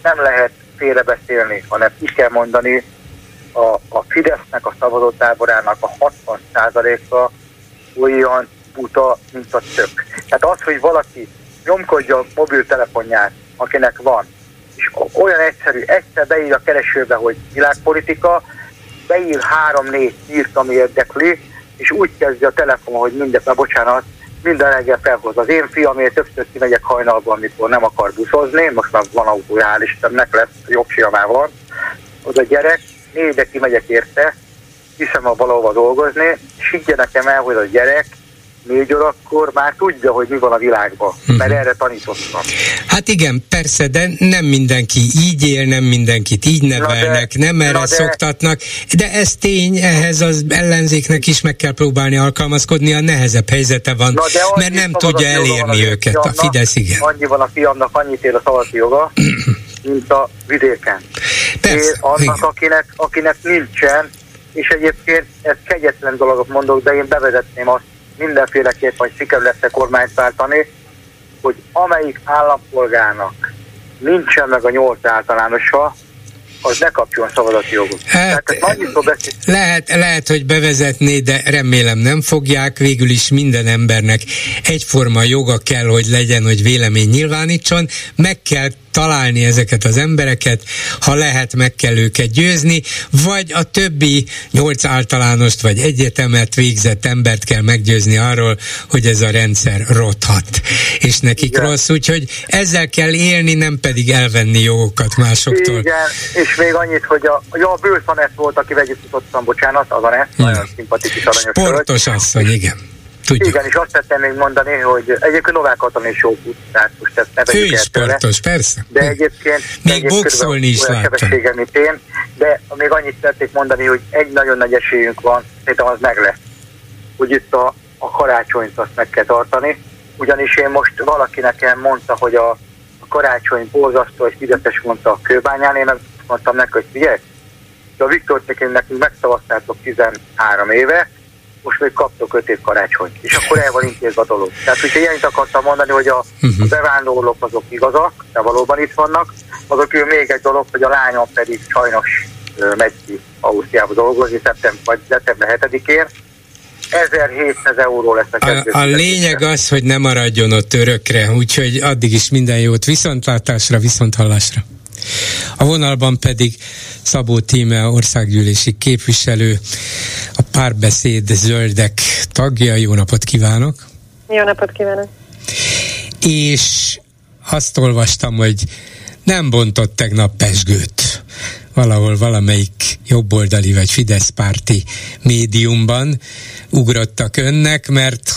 nem lehet félrebeszélni, hanem ki kell mondani, a Fidesznek, a szavazótáborának a 60%-a olyan buta, mint a tök. Tehát az, hogy valaki nyomkodja a mobiltelefonját, akinek van, és olyan egyszerű, egyszer beír a keresőbe, hogy világpolitika, beír 3-4 hírt, ami érdekli, és úgy kezdi a telefon, hogy minden reggel felhoz. Az én fiam, én többször kimegyek hajnalban, amikor nem akar buszozni, most már van autója, hál' Istennek, lesz jogsiamával. Az a gyerek, 4-re kimegyek érte, hiszem valahova dolgozni, és higgye nekem el, hogy a gyerek 4 órakor már tudja, hogy mi van a világban, mert erre tanítottam. Hát igen, persze, de nem mindenki így él, nem mindenkit így nevelnek, nem erre szoktatnak, de ez tény, ehhez az ellenzéknek is meg kell próbálni alkalmazkodni, a nehezebb helyzete van, mert nem tudja elérni őket, a Fidesz, igen. Annyi van a fiamnak, annyit ér a szavazati joga, mint a vidéken. Persze, annak, akinek nincsen, és egyébként ez kegyetlen dolgot mondok, de én bevezetném azt, mindenféleképpen, hogy sikerül lesz kormányt váltani, hogy amelyik állampolgárnak nincsen meg a 8 általánosa, az ne kapjon szavazati jogot. Lehet, hogy bevezetné, de remélem nem fogják. Végül is minden embernek egyforma joga kell, hogy legyen, hogy vélemény nyilvánítson. Meg kell találni ezeket az embereket, ha lehet, meg kell őket győzni, vagy a többi 8 általánost, vagy egyetemet végzett embert kell meggyőzni arról, hogy ez a rendszer rothat, és nekik rossz, úgyhogy ezzel kell élni, nem pedig elvenni jogokat másoktól. Igen, és még annyit, hogy a Bősz Anett volt, akivel együtt futottam, bocsánat, az Anett, nagyon szimpatikus, aranyos. Sportos asszony, igen. Tudjuk. Igen, és azt tettem még mondani, hogy egyébként Novák Katalin is jó fut, tehát most ezt ne vegyük el tőle. Sportos, persze. De egyébként még boxolni is láttam. Sebessége, mint én, de még annyit szeretnék mondani, hogy egy nagyon nagy esélyünk van, szerintem az meg lesz, hogy itt a karácsonyt azt meg kell tartani, ugyanis én most valaki nekem mondta, hogy a karácsony borzasztó és fideszes mondta a Kőbányán, én meg mondtam neki, hogy figyelj, de a Viktor nekünk megszavaztátok 13 éve, most még kaptok 5 év karácsonyt, és akkor el van intézve a dolog. Tehát, hogyha ilyenit akartam mondani, hogy a bevándorlók azok igazak, de valóban itt vannak, azok még egy dolog, hogy a lányom pedig sajnos megy ki Ausztriába dolgozni, szeptember 7-én. 1700 euró lesz a kezdő. A lényeg az, hogy ne maradjon ott örökre, úgyhogy addig is minden jót, viszontlátásra, viszonthallásra. A vonalban pedig Szabó Tíme, országgyűlési képviselő, a Párbeszéd Zöldek tagja. Jó napot kívánok! Jó napot kívánok! És azt olvastam, hogy nem bontott tegnap pezsgőt valahol valamelyik jobboldali vagy Fidesz párti médiumban ugrottak önnek,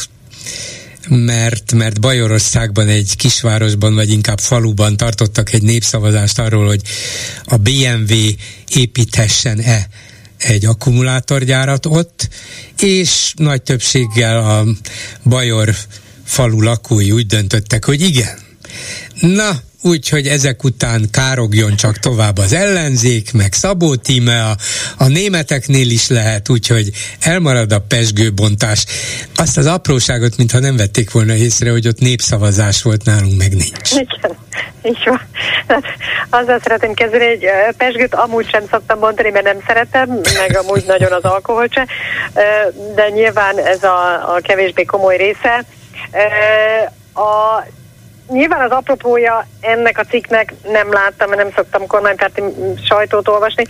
mert Bajorországban egy kisvárosban, vagy inkább faluban tartottak egy népszavazást arról, hogy a BMW építhessen-e egy akkumulátorgyárat ott, és nagy többséggel a Bajor falu lakói úgy döntöttek, hogy igen. Na, úgyhogy ezek után károgjon csak tovább az ellenzék, meg Szabó Tíme, a németeknél is lehet, úgyhogy elmarad a pezsgőbontás. Azt az apróságot, mintha nem vették volna észre, hogy ott népszavazás volt, nálunk meg nincs. Igen, így van. Hát, azzal szeretném kezdeni, hogy pezsgőt amúgy sem szoktam mondani, mert nem szeretem, meg amúgy nagyon az alkohol se, de nyilván ez a kevésbé komoly része. Nyilván az apropója ennek a cikknek nem láttam, mert nem szoktam kormánypárti sajtót olvasni,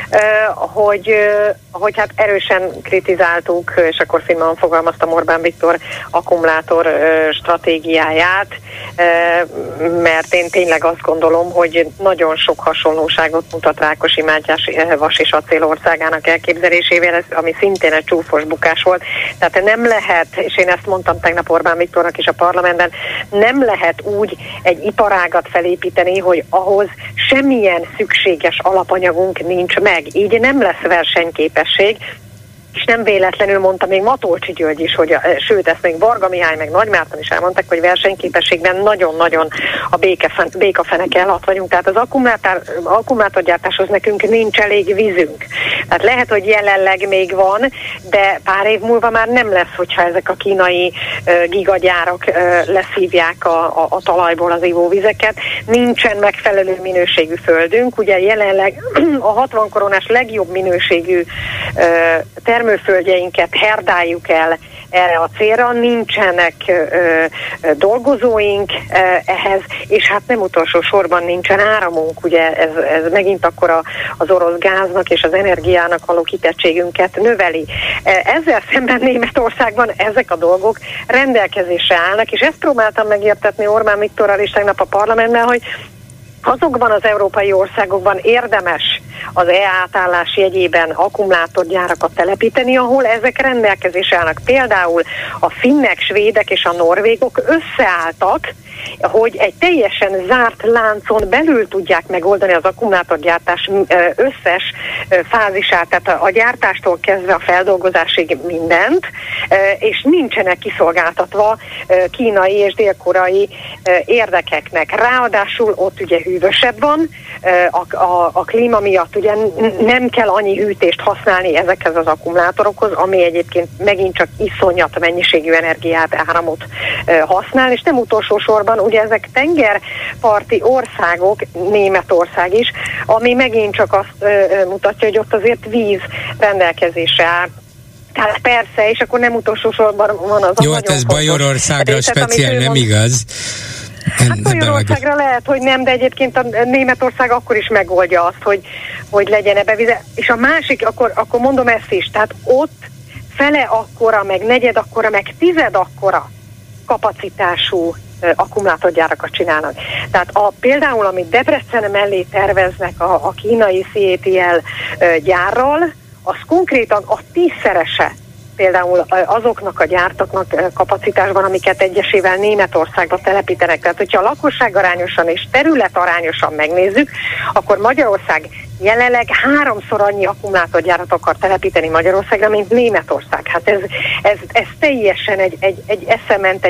hogy hát erősen kritizáltuk, és akkor finoman fogalmaztam Orbán Viktor akkumulátor stratégiáját, mert én tényleg azt gondolom, hogy nagyon sok hasonlóságot mutat Rákosi Mátyás vas és acél országának elképzelésével, ami szintén egy csúfos bukás volt. Tehát nem lehet, és én ezt mondtam tegnap Orbán Viktornak is a parlamentben, nem lehet úgy egy iparágat felépíteni, hogy ahhoz semmilyen szükséges alapanyagunk nincs meg. Így nem lesz versenyképesség, és nem véletlenül mondta még Matolcsy György is, hogy sőt, ezt még Varga Mihály, meg Nagy Márton is elmondták, hogy versenyképességben nagyon-nagyon a békafeneke alatt vagyunk. Tehát az akkumulátorgyártáshoz nekünk nincs elég vízünk. Tehát lehet, hogy jelenleg még van, de pár év múlva már nem lesz, hogyha ezek a kínai gigagyárak leszívják a talajból az ivóvizeket. Nincsen megfelelő minőségű földünk. Ugye jelenleg a 60 koronás legjobb minőségű termőföldjeinket herdáljuk el erre a célra, nincsenek dolgozóink ehhez, és hát nem utolsó sorban nincsen áramunk, ugye ez megint akkor az orosz gáznak és az energiának való kitettségünket növeli. Ezzel szemben Németországban ezek a dolgok rendelkezésre állnak, és ezt próbáltam megértetni Orbán Viktorral is tegnap a parlamentben, hogy azokban az európai országokban érdemes az e-átállás jegyében akkumulátorgyárakat telepíteni, ahol ezek rendelkezésre állnak. Például a finnek, svédek és a norvégok összeálltak, hogy egy teljesen zárt láncon belül tudják megoldani az akkumulátorgyártás összes fázisát, tehát a gyártástól kezdve a feldolgozásig mindent, és nincsenek kiszolgáltatva kínai és dél-koreai érdekeknek. Ráadásul ott ugye hűvösebb van, a klíma miatt ugye nem kell annyi hűtést használni ezekhez az akkumulátorokhoz, ami egyébként megint csak iszonyat mennyiségű energiát, áramot használ, és nem utolsó sorban ugye ezek tengerparti országok, Németország is, ami megint csak azt mutatja, hogy ott azért víz rendelkezésre áll. Tehát persze, és akkor nem utolsó sorban van az jó, hát ez Bajorországra speciál, nem igaz? Hát Magyarországra lehet, hogy nem, de egyébként a Németország akkor is megoldja azt, hogy legyen ebbe vize. És a másik, akkor mondom ezt is, tehát ott fele akkora, meg negyed akkora, meg tized akkora kapacitású akkumulátorgyárakat csinálnak. Tehát például, amit Debrecen mellé terveznek a kínai CATL gyárral, az konkrétan a 10-szerese például azoknak a gyártaknak kapacitásban, amiket egyesével Németországba telepítenek. Tehát, hogyha lakosság arányosan és terület arányosan megnézzük, akkor Magyarország jelenleg 3-szor annyi akkumulátorgyárat akar telepíteni Magyarországra, mint Németország. Hát ez teljesen egy eszement,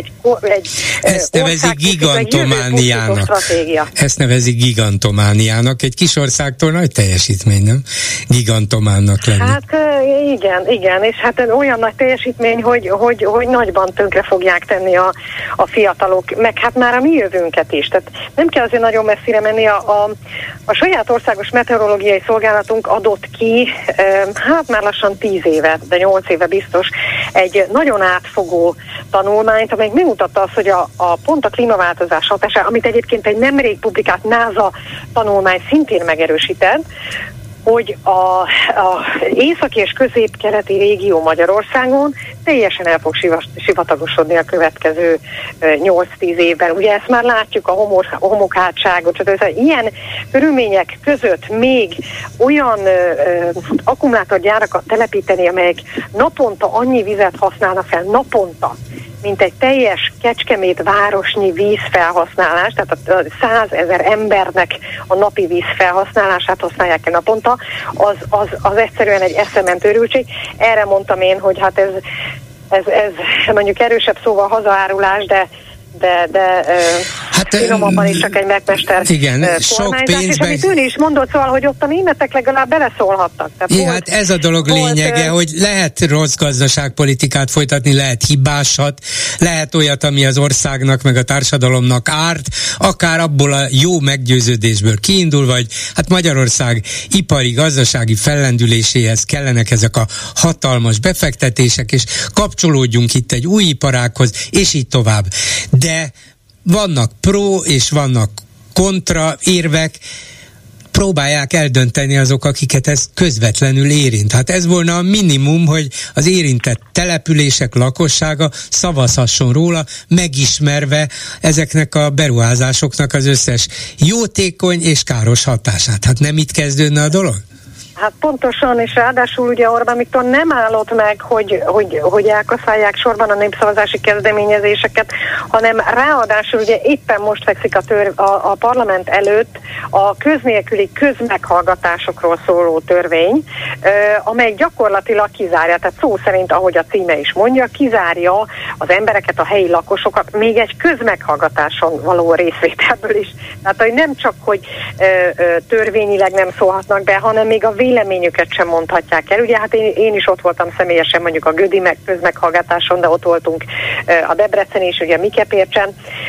ezt nevezik gigantomániának. Ezt nevezik gigantomániának. Egy kis országtól nagy teljesítmény, nem? Gigantománnak lenni. Hát igen, és hát olyan nagy teljesítmény, hogy nagyban tönkre fogják tenni a fiatalok, meg hát már a mi jövőnket is. Tehát nem kell azért nagyon messzire menni. A saját országos meteorológiai szolgálatunk adott ki, hát már lassan 10 éve, de 8 éve biztos, egy nagyon átfogó tanulmányt, amely megmutatta azt, hogy pont a klímaváltozás hatása, amit egyébként egy nemrég publikált NASA tanulmány szintén megerősített, hogy az északi és közép-keleti régió Magyarországon teljesen el fog sivatagosodni a következő 8-10 évben. Ugye ezt már látjuk, a homokhátságot, ilyen körülmények között még olyan akkumulátorgyárakat telepíteni, amelyek naponta annyi vizet használnak fel, naponta, mint egy teljes Kecskemét városnyi vízfelhasználás, tehát 100 000 embernek a napi vízfelhasználását használják el naponta, az egyszerűen egy eszement őrültség. Erre mondtam én, hogy hát ez mondjuk erősebb szóval hazaárulás, de hát, finomabban is csak egy megmester sok pénzben. És amit ön is mondott, szóval, hogy ott a németek legalább beleszólhattak. Igen, hát ez a dolog lényege, hogy lehet rossz gazdaságpolitikát folytatni, lehet hibásat, lehet olyat, ami az országnak meg a társadalomnak árt, akár abból a jó meggyőződésből kiindul, vagy hát Magyarország ipari, gazdasági fellendüléséhez kellenek ezek a hatalmas befektetések, és kapcsolódjunk itt egy új iparághoz, és így tovább. De vannak pro és vannak kontra érvek, próbálják eldönteni azok, akiket ez közvetlenül érint. Hát ez volna a minimum, hogy az érintett települések lakossága szavazhasson róla, megismerve ezeknek a beruházásoknak az összes jótékony és káros hatását. Hát nem itt kezdődne a dolog? Hát pontosan, és ráadásul ugye Orbán Viktor nem állott meg, hogy elkaszálják sorban a népszavazási kezdeményezéseket, hanem ráadásul ugye éppen most fekszik a parlament előtt a köznélküli közmeghallgatásokról szóló törvény, amely gyakorlatilag kizárja, tehát szó szerint, ahogy a címe is mondja, kizárja az embereket, a helyi lakosokat még egy közmeghallgatáson való részvételből is. Tehát, hogy nem csak, hogy törvényileg nem szólhatnak be, hanem még a véleményüket sem mondhatják el. Ugye hát én is ott voltam személyesen mondjuk a Gödi közmeghallgatáson, de ott voltunk a Debrecen és ugye a Mikepércsen,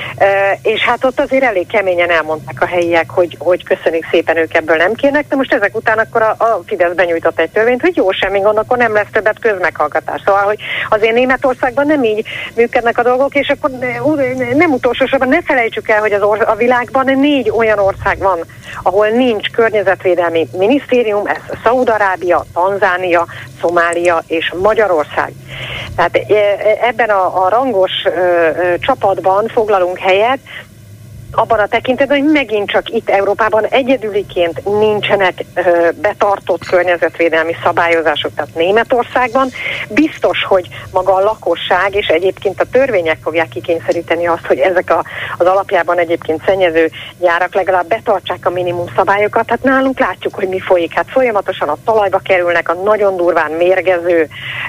és hát ott azért elég keményen elmondták a helyiek, hogy köszönjük szépen, ők ebből nem kérnek, de most ezek után akkor a Fidesz benyújtott egy törvényt, hogy jó, semmi gond, akkor nem lesz többet közmeghallgatás. Szóval, hogy azért Németországban nem így működnek a dolgok, és akkor nem utolsó sorban ne felejtsük el, hogy a világban 4 olyan ország van, ahol nincs környezetvédelmi minisztérium, ez Szaúd-Arábia, Tanzánia, Szomália és Magyarország. Tehát ebben a rangos csapatban foglalunk helyet, abban a tekintetben, hogy megint csak itt Európában egyedüliként nincsenek betartott környezetvédelmi szabályozások, tehát Németországban biztos, hogy maga a lakosság és egyébként a törvények fogják kikényszeríteni azt, hogy ezek az alapjában egyébként szennyező gyárak legalább betartsák a minimum szabályokat. Hát nálunk látjuk, hogy mi folyik. Hát folyamatosan a talajba kerülnek a nagyon durván mérgező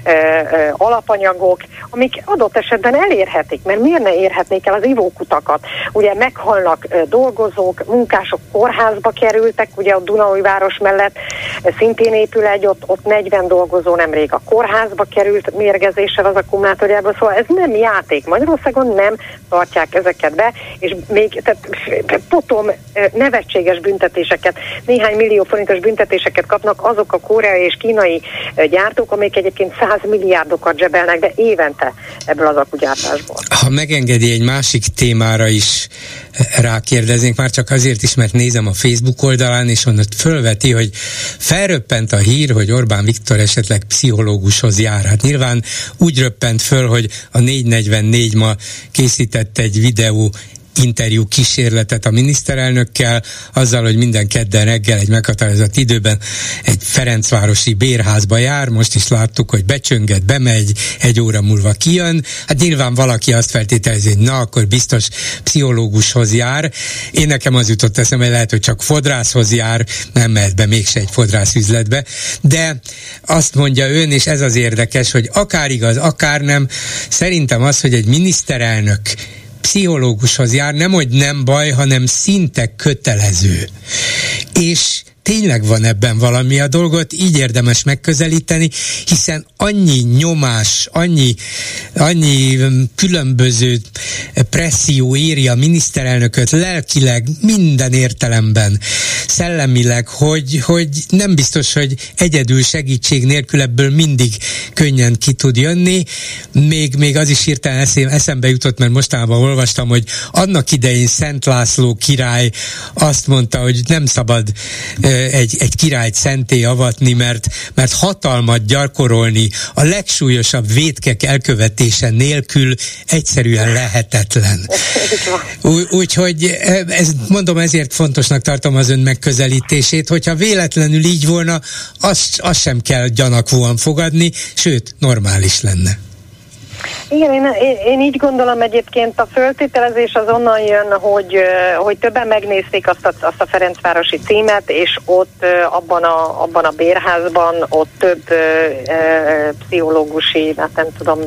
alapanyagok, amik adott esetben elérhetik, mert miért ne érhetnék el az ivókutakat? Ugye meghalnak dolgozók, munkások kórházba kerültek, ugye a Dunaújváros mellett szintén épül ott 40 dolgozó nemrég a kórházba került mérgezéssel az akkumulátorjából, szóval ez nem játék. Magyarországon nem tartják ezeket be, és még potom nevetséges büntetéseket, néhány millió forintos büntetéseket kapnak azok a koreai és kínai gyártók, amelyek egyébként 100 milliárdokat zsebelnek be évente ebből az akkugyártásból. Ha megengedi, egy másik témára is rákérdeznénk, már csak azért is, mert nézem a Facebook oldalán, és onnan fölveti, hogy felröppent a hír, hogy Orbán Viktor esetleg pszichológushoz jár. Hát nyilván úgy röppent föl, hogy a 444 ma készített egy videó interjú kísérletet a miniszterelnökkel, azzal, hogy minden kedden reggel egy meghatározott időben egy ferencvárosi bérházba jár, most is láttuk, hogy becsönget, bemegy, 1 óra múlva kijön. Hát nyilván valaki azt feltételezi, hogy na, akkor biztos pszichológushoz jár. Én nekem az jutott eszembe, hogy lehet, hogy csak fodrászhoz jár, nem mehet be mégse egy fodrász üzletbe, de azt mondja ön, és ez az érdekes, hogy akár igaz, akár nem, szerintem az, hogy egy miniszterelnök pszichológushoz jár, nemhogy nem baj, hanem szinte kötelező. És tényleg van ebben valami, a dolgot így érdemes megközelíteni, hiszen annyi nyomás, annyi különböző presszió éri a miniszterelnököt lelkileg, minden értelemben, szellemileg, hogy nem biztos, hogy egyedül segítség nélkül ebből mindig könnyen ki tud jönni. Még az is hirtelen eszembe jutott, mert mostanában olvastam, hogy annak idején Szent László király azt mondta, hogy nem szabad egy királyt szentté avatni, mert hatalmat gyakorolni a legsúlyosabb vétkek elkövetése nélkül egyszerűen lehetetlen. Úgyhogy mondom, ezért fontosnak tartom az ön megközelítését, hogyha véletlenül így volna, azt sem kell gyanakvóan fogadni, sőt, normális lenne. Igen, én így gondolom egyébként, a föltételezés az onnan jön, hogy többen megnézték azt a Ferencvárosi címet, és ott abban a bérházban ott több pszichológusi, hát nem tudom,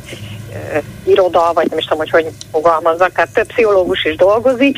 iroda, vagy nem is tudom, hogy fogalmazzak, tehát több pszichológus is dolgozik,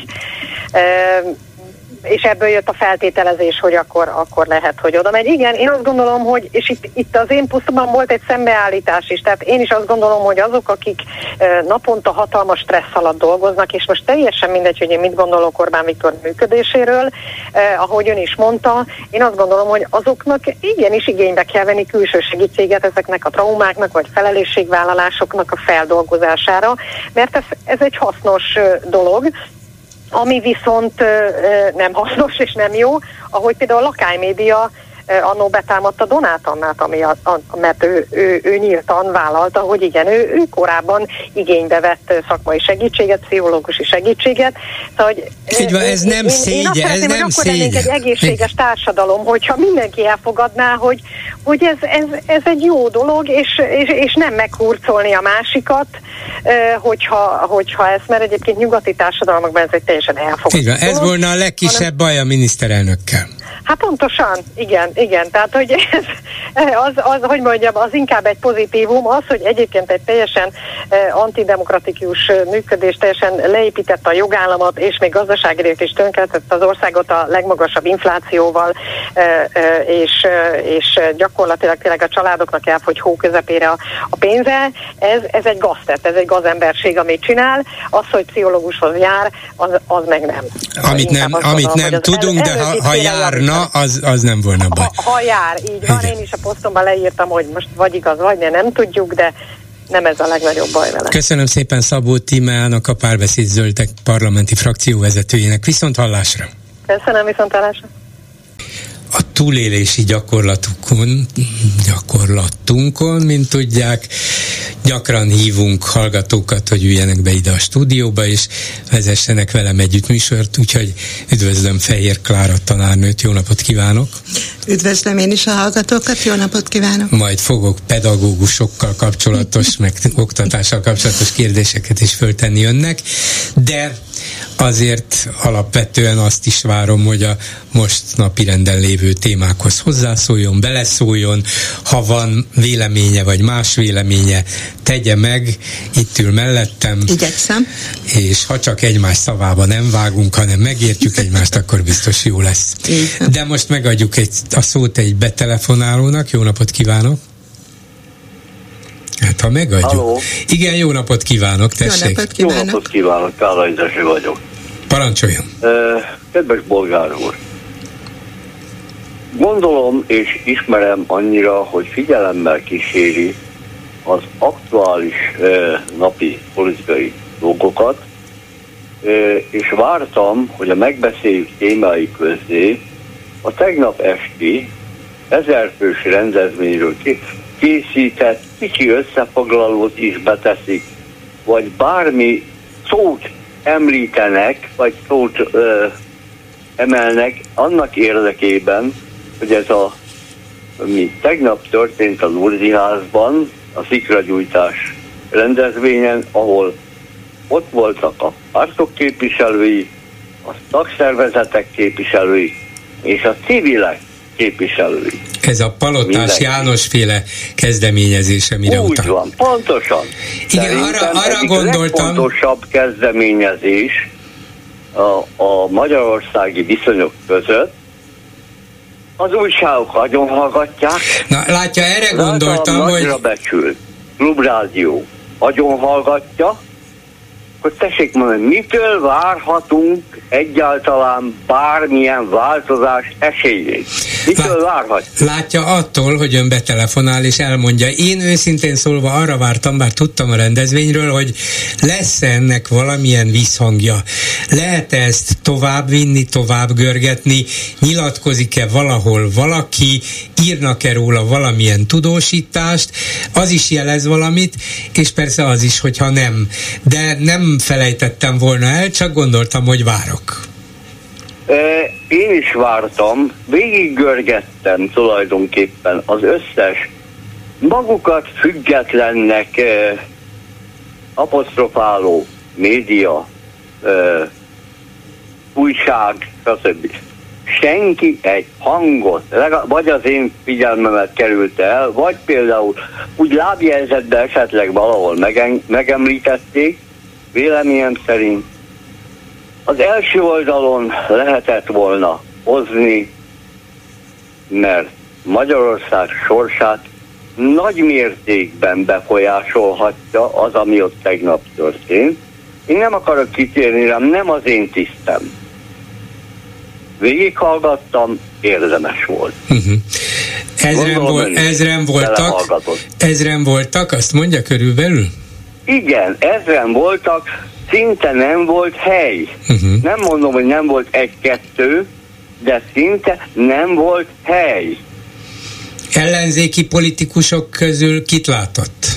és ebből jött a feltételezés, hogy akkor lehet, hogy oda megy. Igen, én azt gondolom, hogy, és itt az én posztomban volt egy szembeállítás is, tehát én is azt gondolom, hogy azok, akik naponta hatalmas stressz alatt dolgoznak, és most teljesen mindegy, hogy én mit gondolok Orbán Viktor működéséről, ahogy ön is mondta, én azt gondolom, hogy azoknak igenis igénybe kell venni külső segítséget ezeknek a traumáknak, vagy felelősségvállalásoknak a feldolgozására, mert ez egy hasznos dolog. Ami viszont nem hasznos és nem jó, ahogy például a Lakály Média annó betámadta Donát Annát, mert ő nyíltan vállalta, hogy igen, ő korábban igénybe vett szakmai segítséget, pszichológusi segítséget. Szóval, hogy ez nem szégyen, ez nem akkor lennénk egy egészséges társadalom, hogyha mindenki elfogadná, hogy ez egy jó dolog, és nem meghurcolni a másikat, hogyha ezt, mert egyébként nyugati társadalmakban ez egy teljesen elfogadott dolog. Ez volna a legkisebb baj a miniszterelnökkel. Hát pontosan, igen. Tehát, hogy hogy mondjam, az inkább egy pozitívum, az, hogy egyébként egy teljesen antidemokratikus működés, teljesen leépítette a jogállamot, és még gazdaságilag is tönkretette az országot a legmagasabb inflációval, és gyakorlatilag tényleg a családoknak elfogy hó közepére a pénze. Ez egy gaztett, ez egy gazemberség, amit csinál. Az, hogy pszichológushoz jár, az meg nem. Amit nem tudunk, de ha járna, az nem volna baj. Ha jár, így van. Én is a posztomban leírtam, hogy most vagy igaz, vagy nem tudjuk, de nem ez a legnagyobb baj vele. Köszönöm szépen Szabó Tímeának, a Párbeszéd Zöldek parlamenti frakcióvezetőjének. Viszont hallásra! Köszönöm, viszont hallásra! A túlélési gyakorlatunkon, mint tudják, gyakran hívunk hallgatókat, hogy üljenek be ide a stúdióba, és vezessenek velem együtt műsort, úgyhogy üdvözlöm Fehér Klára tanárnőt, jó napot kívánok! Üdvözlöm én is a hallgatókat, jó napot kívánok! Majd fogok pedagógusokkal kapcsolatos, meg oktatással kapcsolatos kérdéseket is föltenni önnek, de azért alapvetően azt is várom, hogy a most napirenden lévő témákhoz hozzászóljon, beleszóljon, ha van véleménye vagy más véleménye, tegye meg, itt ül mellettem. Igyekszem. És ha csak egymás szavába nem vágunk, hanem megértjük egymást, akkor biztos jó lesz. Igen. De most megadjuk a szót egy betelefonálónak. Jó napot kívánok! Hát ha megadjuk. Halló. Igen, jó napot kívánok, tessék. Jó napot kívánok. Jó napot kívánok, Kálai Zsesi vagyok. Parancsoljon. Kedves bolgár úr, gondolom és ismerem annyira, hogy figyelemmel kíséri az aktuális napi politikai dolgokat, és vártam, hogy a megbeszéljük témái közé a tegnap esti 1000 fős rendezvényről készített kicsi összefoglalót is beteszik, vagy bármi szót említenek, vagy szót emelnek annak érdekében, hogy ez ami tegnap történt a Lurdi házban, a szikragyújtás rendezvényen, ahol ott voltak a pártok képviselői, a szakszervezetek képviselői, és a civilek képviselői. Ez a Palotás János-féle kezdeményezés, amire úgy utal. van, pontosan. Igen, arra gondoltam. A legfontosabb kezdeményezés a magyarországi viszonyok között. Az újságok nagyon hallgatják. Na, látja, erre gondoltam, hogy... Nagyra becsült Klubrádió nagyon hallgatja, hogy tessék mondani, mitől várhatunk egyáltalán bármilyen változás esélyét? Mitől várhatjuk? Látja, attól, hogy ön betelefonál és elmondja. Én őszintén szólva arra vártam, bár tudtam a rendezvényről, hogy lesz ennek valamilyen visszhangja. Lehet ezt továbbvinni, tovább görgetni, nyilatkozik-e valahol valaki, írnak-e róla valamilyen tudósítást, az is jelez valamit, és persze az is, hogyha nem. De nem felejtettem volna el, csak gondoltam, hogy várok. Én is vártam, végiggörgettem tulajdonképpen az összes magukat függetlennek apostrofáló média, újság, stb. Senki egy hangot, vagy az én figyelmemet került el, vagy például úgy lábjegyzetben esetleg valahol megemlítették, véleményem szerint az első oldalon lehetett volna hozni, mert Magyarország sorsát nagy mértékben befolyásolhatja az, ami ott tegnap történt. Én nem akarok kitérni rám, nem az én tisztem. Végighallgattam, érdemes volt. Ezren voltak, azt mondja körülbelül? Igen, 1000 voltak, szinte nem volt hely. Nem mondom, hogy nem volt 1-2, de szinte nem volt hely. ellenzéki politikusok közül kit látott?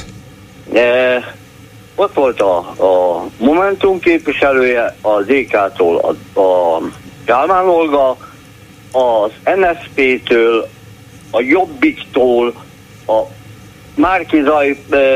Ott volt a Momentum képviselője, a DK-tól a Kálmán Olga, az MSZP-től, a Jobbiktól, a Márki-Zay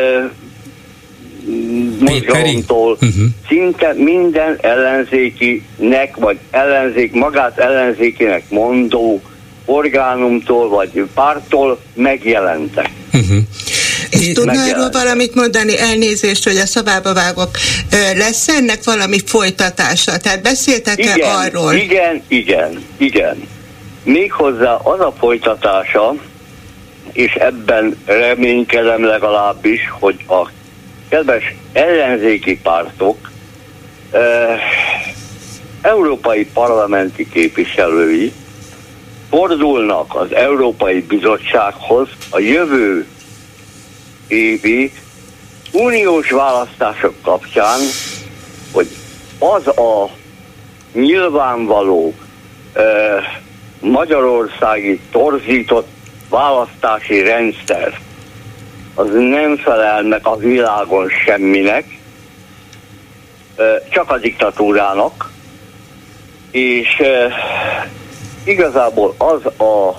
mozgalomtól, szinte minden ellenzékinek, vagy magát ellenzékinek mondó orgánumtól, vagy pártól megjelentek. És tudna erről valamit mondani, elnézést, hogy a szabába vágok, lesz ennek valami folytatása? Tehát beszéltek-e arról? Igen. Méghozzá az a folytatása, és ebben reménykedem legalábbis, hogy a kedves ellenzéki pártok európai parlamenti képviselői fordulnak az Európai Bizottsághoz a jövő évi uniós választások kapcsán, hogy az a nyilvánvaló magyarországi torzított választási rendszer, az nem felel meg a világon semminek, csak a diktatúrának, és igazából az a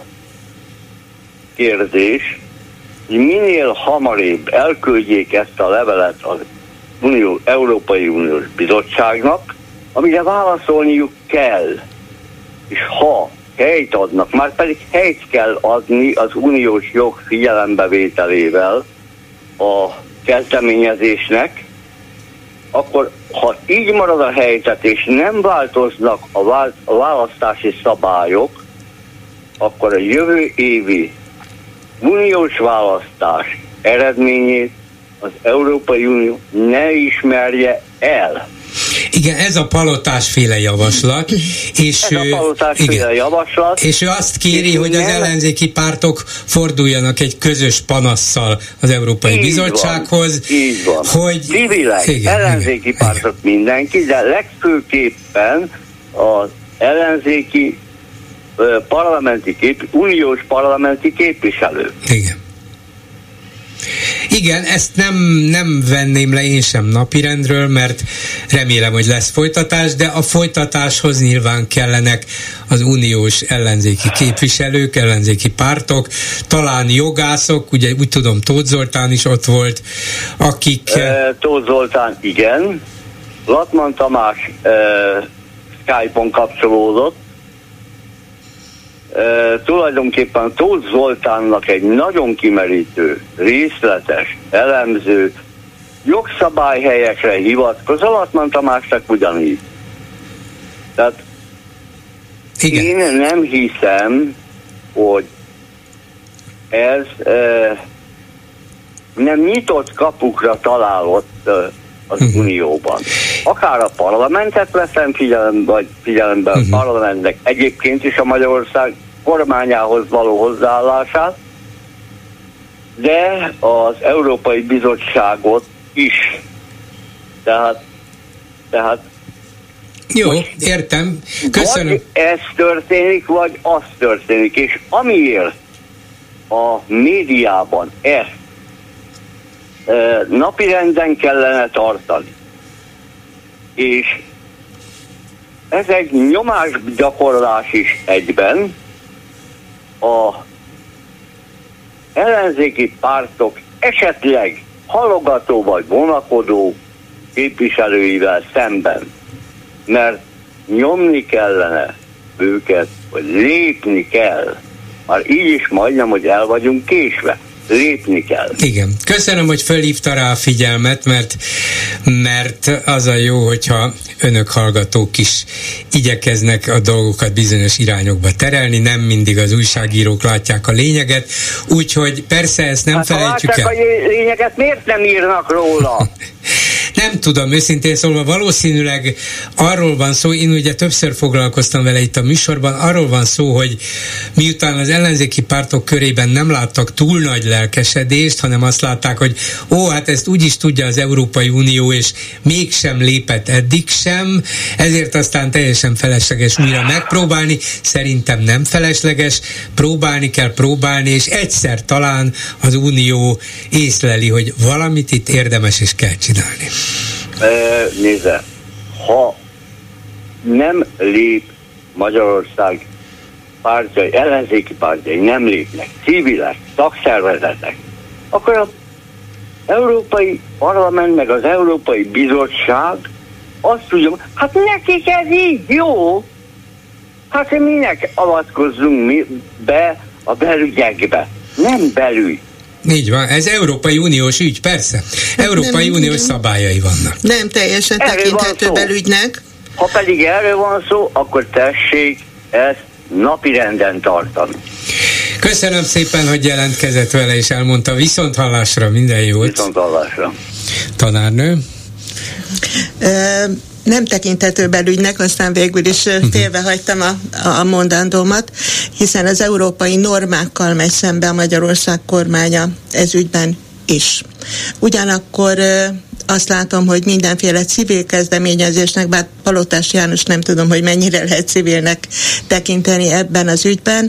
kérdés, hogy minél hamarabb elküldjék ezt a levelet az Európai Uniós Bizottságnak, amire válaszolniuk kell. És ha helyt adnak, már pedig helyt kell adni az uniós jog figyelembevételével a kezdeményezésnek, akkor ha így marad a helyzet, és nem változnak a választási szabályok, akkor a jövő évi uniós választás eredményét az Európai Unió ne ismerje el. Igen, ez a Palotás-féle javaslat. És És ő azt kéri, hogy az ellenzéki pártok forduljanak egy közös panasszal az Európai Bizottsághoz. Így van. Hogy... ellenzéki pártok mindenki, de legfőképpen az ellenzéki uniós parlamenti képviselő. Igen, ezt nem venném le én sem napirendről, mert remélem, hogy lesz folytatás, de a folytatáshoz nyilván kellenek az uniós ellenzéki képviselők, ellenzéki pártok, talán jogászok, ugye úgy tudom Tóth Zoltán is ott volt, akik... Tóth Zoltán, igen. Latman Tamás Skype-on kapcsolódott. Tulajdonképpen Tóth Zoltánnak egy nagyon kimerítő, részletes, elemző, jogszabályhelyekre hivatkozó, Latman Tamásnak ugyanígy. Tehát én nem hiszem, hogy ez nem nyitott kapukra találott az Unióban. Akár a parlamentet veszem figyelembe a parlamentnek egyébként is a Magyarország kormányához való hozzáállását, de az Európai Bizottságot is. Tehát jó, értem. Köszönöm. Vagy ez történik, vagy az történik. És amiért a médiában ezt napirenden kellene tartani, és ez egy nyomásgyakorlás is egyben, a ellenzéki pártok esetleg halogató vagy vonakodó képviselőivel szemben, mert nyomni kellene őket, vagy lépni kell. Már így is majdnem, hogy el vagyunk késve. Lépni kell. Igen. Köszönöm, hogy fölhívta rá a figyelmet, mert az a jó, hogyha önök hallgatók is igyekeznek a dolgokat bizonyos irányokba terelni, nem mindig az újságírók látják a lényeget, úgyhogy persze ezt nem felejtjük el. Ha látják a lényeget, miért nem írnak róla? Nem tudom, őszintén szólva, valószínűleg arról van szó, én ugye többször foglalkoztam vele itt a műsorban, arról van szó, hogy miután az ellenzéki pártok körében nem láttak túl nagy lelkesedést, hanem azt látták, hogy hát ezt úgyis tudja az Európai Unió, és mégsem lépett eddig sem, ezért aztán teljesen felesleges újra megpróbálni. Szerintem nem felesleges, próbálni kell, és egyszer talán az Unió észleli, hogy valamit itt érdemes és kell csinálni. Nézze, ha nem lép Magyarország pártjai, ellenzéki pártjai nem lépnek, civilek, szakszervezetek, akkor az Európai Parlament meg az Európai Bizottság azt tudja, hát nekik ez így jó, hát minek avatkozzunk mi be a belügyekbe, nem belügy. Így van, ez Európai Uniós ügy, persze. Európai Uniós szabályai vannak. Nem teljesen tekinthető belügynek. Ha pedig erről van szó, akkor tessék ezt napirenden tartani. Köszönöm szépen, hogy jelentkezett vele, és elmondta. Viszonthallásra, minden jót. Viszonthallásra. Tanárnő? Nem tekinthető belügynek, aztán végül is félbehagytam a mondandómat, hiszen az európai normákkal megy szembe a Magyarország kormánya ez ügyben is. Ugyanakkor azt látom, hogy mindenféle civil kezdeményezésnek, bár Palotás János nem tudom, hogy mennyire lehet civilnek tekinteni ebben az ügyben,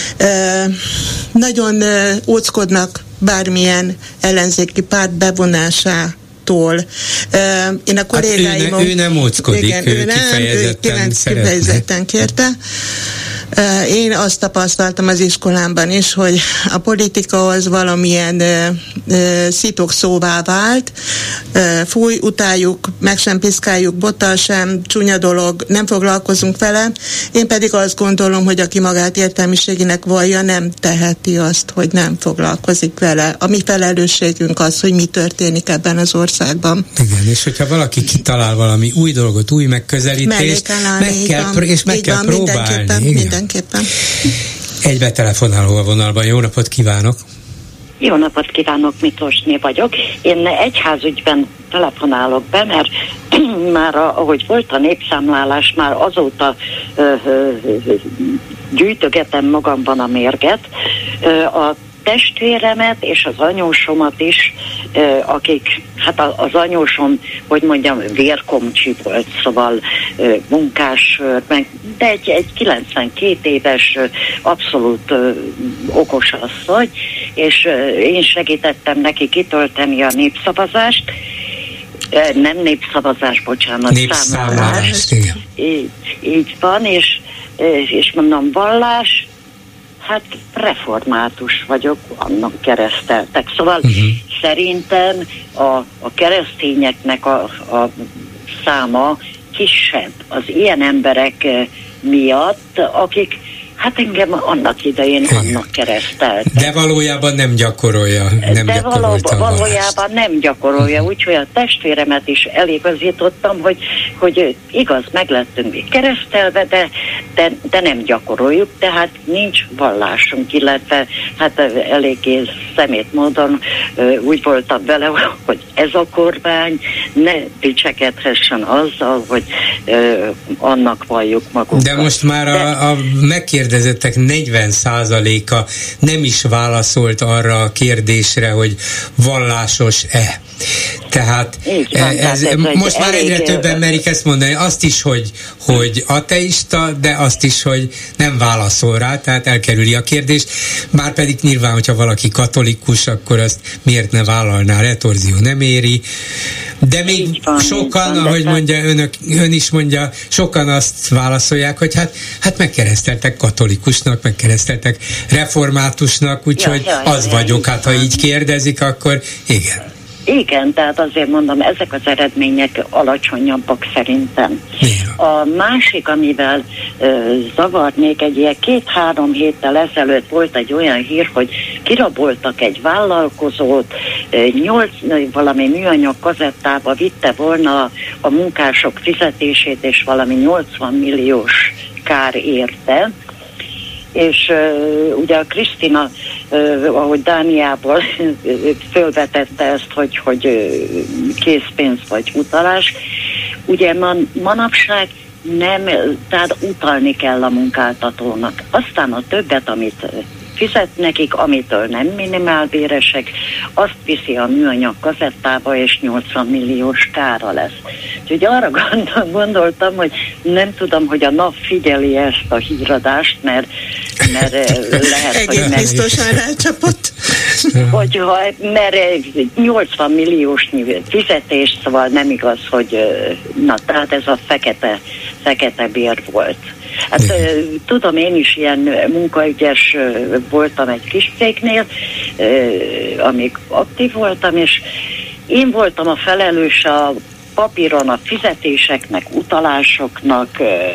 nagyon óckodnak bármilyen ellenzéki párt bevonásától. Én a kollégáimon... ő nem óckodik, igen, ő kifejezetten kérte. Én azt tapasztaltam az iskolámban is, hogy a politika az valamilyen szitokszóvá vált. Fúj, utáljuk, meg sem piszkáljuk, bottal sem, csúnya dolog, nem foglalkozunk vele. Én pedig azt gondolom, hogy aki magát értelmiségének vallja, nem teheti azt, hogy nem foglalkozik vele. A mi felelősségünk az, hogy mi történik ebben az országban. Igen, és hogyha valaki kitalál valami új dolgot, új megközelítést, meg kell próbálni. Mindenképpen. Egy betelefonáló a vonalban. Jó napot kívánok! Jó napot kívánok, Miklósné vagyok. Én egyházügyben telefonálok be, mert már ahogy volt a népszámlálás, már azóta gyűjtögetem magamban a mérget. A testvéremet és az anyósomat is, akik, hát az anyósom, hogy mondjam, vérkomcsi volt, szóval munkás, de egy 92 éves, abszolút okos asszony, és én segítettem neki kitölteni a népszavazást, nem népszavazás, bocsánat, népszámlálás. Így van, és mondom, vallás, hát református vagyok, annak kereszteltek. Szóval szerintem a keresztényeknek a száma kisebb az ilyen emberek miatt, akik hát engem annak idején annak keresztelt. De valójában nem gyakorolja. Valójában nem gyakorolja, úgyhogy a testvéremet is eligazítottam, hogy igaz, meg lettünk mi keresztelve, de nem gyakoroljuk, tehát nincs vallásunk, illetve hát eléggé szemét módon úgy voltam vele, hogy ez a kormány ne dicsekedhessen azzal, hogy annak valljuk magunkat. De most már a megkérdezettek 40%-a nem is válaszolt arra a kérdésre, hogy vallásos-e. Tehát most már egyre többen merik ezt mondani, azt is, hogy ateista, de azt is, hogy nem válaszol rá, tehát elkerüli a kérdést. Márpedig nyilván, hogyha valaki katolikus, akkor azt miért ne vállalná, retorzió nem éri. De még sokan, ahogy mondja ön is mondja, sokan azt válaszolják, hogy hát megkereszteltek katolikusnak, megkereszteltek reformátusnak, úgyhogy az vagyok, hát ha így kérdezik, akkor igen. Igen, tehát azért mondom, ezek az eredmények alacsonyabbak szerintem. A másik, amivel zavarnék, egy ilyen 2-3 héttel ezelőtt volt egy olyan hír, hogy kiraboltak egy vállalkozót, 8 valami műanyag kazettába vitte volna a munkások fizetését, és valami 80 milliós kár érte. És ugye a Krisztina ahogy Dániából fölvetette ezt, hogy készpénz vagy utalás. Ugye manapság nem, tehát utalni kell a munkáltatónak. Aztán a többet, amit fizet nekik, amitől nem minimálbéresek, azt viszi a műanyag kazettába, és 80 milliós kára lesz. Úgyhogy arra gondoltam, hogy nem tudom, hogy a NAV figyeli ezt a híradást, mert lehet, hogy biztosan rácsapott. Mert 80 milliós fizetés, szóval nem igaz, hogy tehát ez a fekete bér volt. Hát tudom, én is ilyen munkaügyes voltam egy kis cégnél, amíg aktív voltam, és én voltam a felelős a papíron a fizetéseknek, utalásoknak,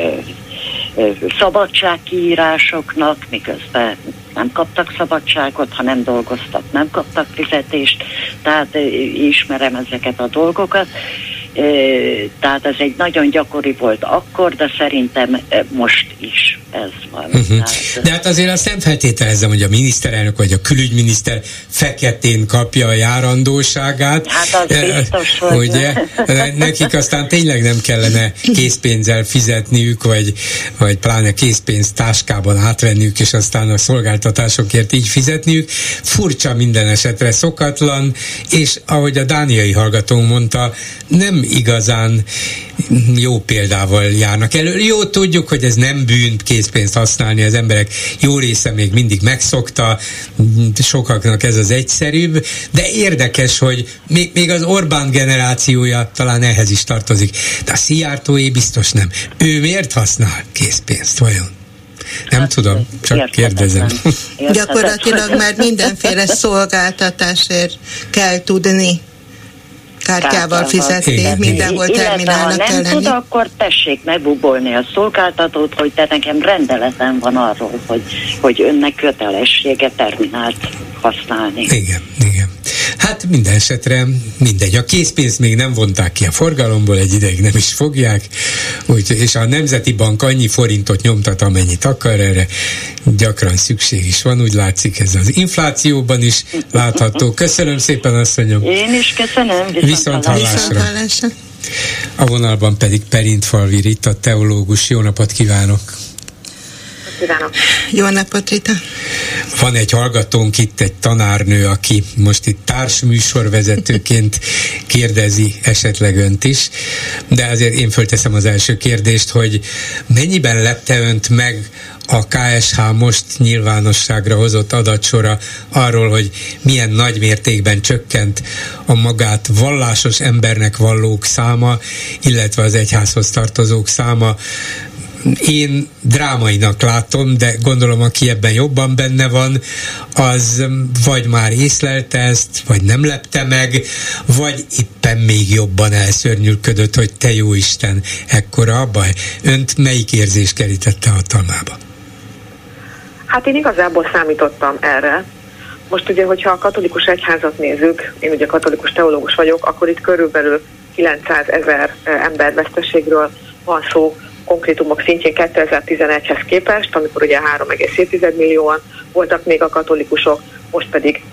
szabadságkiírásoknak, miközben nem kaptak szabadságot, ha nem dolgoztak, nem kaptak fizetést, tehát ismerem ezeket a dolgokat. Tehát ez egy nagyon gyakori volt akkor, de szerintem most is ez van. De hát azért azt nem feltételezem, hogy a miniszterelnök vagy a külügyminiszter feketén kapja a járandóságát. Hát az biztos, hogy ugye? Nekik aztán tényleg nem kellene készpénzzel fizetniük, vagy pláne készpénzt táskában átvenniük, és aztán a szolgáltatásokért így fizetniük. Furcsa, minden esetre szokatlan, és ahogy a dániai hallgató mondta, nem igazán jó példával járnak elő. Jó, tudjuk, hogy ez nem bűn készpénzt használni, az emberek jó része még mindig megszokta, sokaknak ez az egyszerűbb, de érdekes, hogy még az Orbán generációja talán ehhez is tartozik, de a Szijjártóé biztos nem. Ő miért használ készpénzt, vajon? Nem tudom, csak kérdezem. Gyakorlatilag már mindenféle szolgáltatásért kell tudni kártyával fizetni, igen, mindenhol terminálnak kell lenni. Ha nem tud, akkor tessék megbubolni a szolgáltatót, hogy te nekem rendeletem van arról, hogy önnek kötelessége terminált használni. Igen. Hát minden esetre mindegy. A készpénzt még nem vonták ki a forgalomból, egy ideig nem is fogják, és a Nemzeti Bank annyi forintot nyomtat, amennyit akar, erre gyakran szükség is van, úgy látszik, ez az inflációban is látható. Köszönöm szépen, asszonyom. Én is köszönöm. Viszont hallásra. A vonalban pedig Perintfalvi Rita, teológus. Jó napot kívánok! Jó napot, Rita! Van egy hallgatónk itt, egy tanárnő, aki most itt társműsorvezetőként kérdezi esetleg önt is, de azért én fölteszem az első kérdést, hogy mennyiben lepte önt meg a KSH most nyilvánosságra hozott adatsora arról, hogy milyen nagy mértékben csökkent a magát vallásos embernek vallók száma, illetve az egyházhoz tartozók száma. Én drámainak látom, de gondolom, aki ebben jobban benne van, az vagy már észlelte ezt, vagy nem lepte meg, vagy éppen még jobban elszörnyűködött, hogy te jó Isten, ekkora a baj. Önt melyik érzés kerítette hatalmába? Hát én igazából számítottam erre. Most ugye, hogyha a katolikus egyházat nézzük, én ugye katolikus teológus vagyok, akkor itt körülbelül 900 000 emberveszteségről van szó, konkrétumok szintjén 2011-hez képest, amikor ugye 3,7 millióan voltak még a katolikusok, most pedig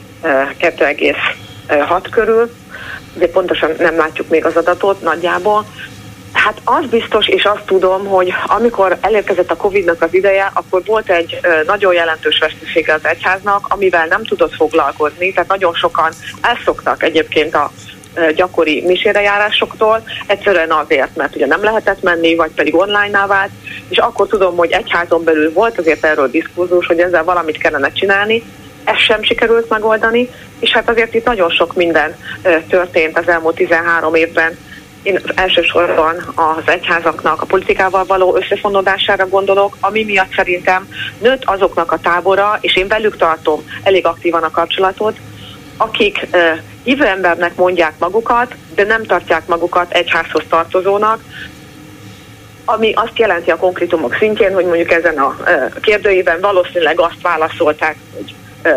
2,6 körül. Ugye pontosan nem látjuk még az adatot nagyjából. Hát az biztos, és azt tudom, hogy amikor elérkezett a Covid-nak az ideje, akkor volt egy nagyon jelentős vesztesége az egyháznak, amivel nem tudott foglalkozni, tehát nagyon sokan elszoktak egyébként a gyakori misérejárásoktól, egyszerűen azért, mert ugye nem lehetett menni, vagy pedig online-nál vált, és akkor tudom, hogy egyházon belül volt azért erről diskurzus, hogy ezzel valamit kellene csinálni, ezt sem sikerült megoldani, és hát azért itt nagyon sok minden történt az elmúlt 13 évben. Én elsősorban az egyházaknak a politikával való összefonódására gondolok, ami miatt szerintem nőtt azoknak a tábora, és én velük tartom elég aktívan a kapcsolatot, akik hívő embernek mondják magukat, de nem tartják magukat egyházhoz tartozónak, ami azt jelenti a konkrétumok szintjén, hogy mondjuk ezen a kérdőjében valószínűleg azt válaszolták, hogy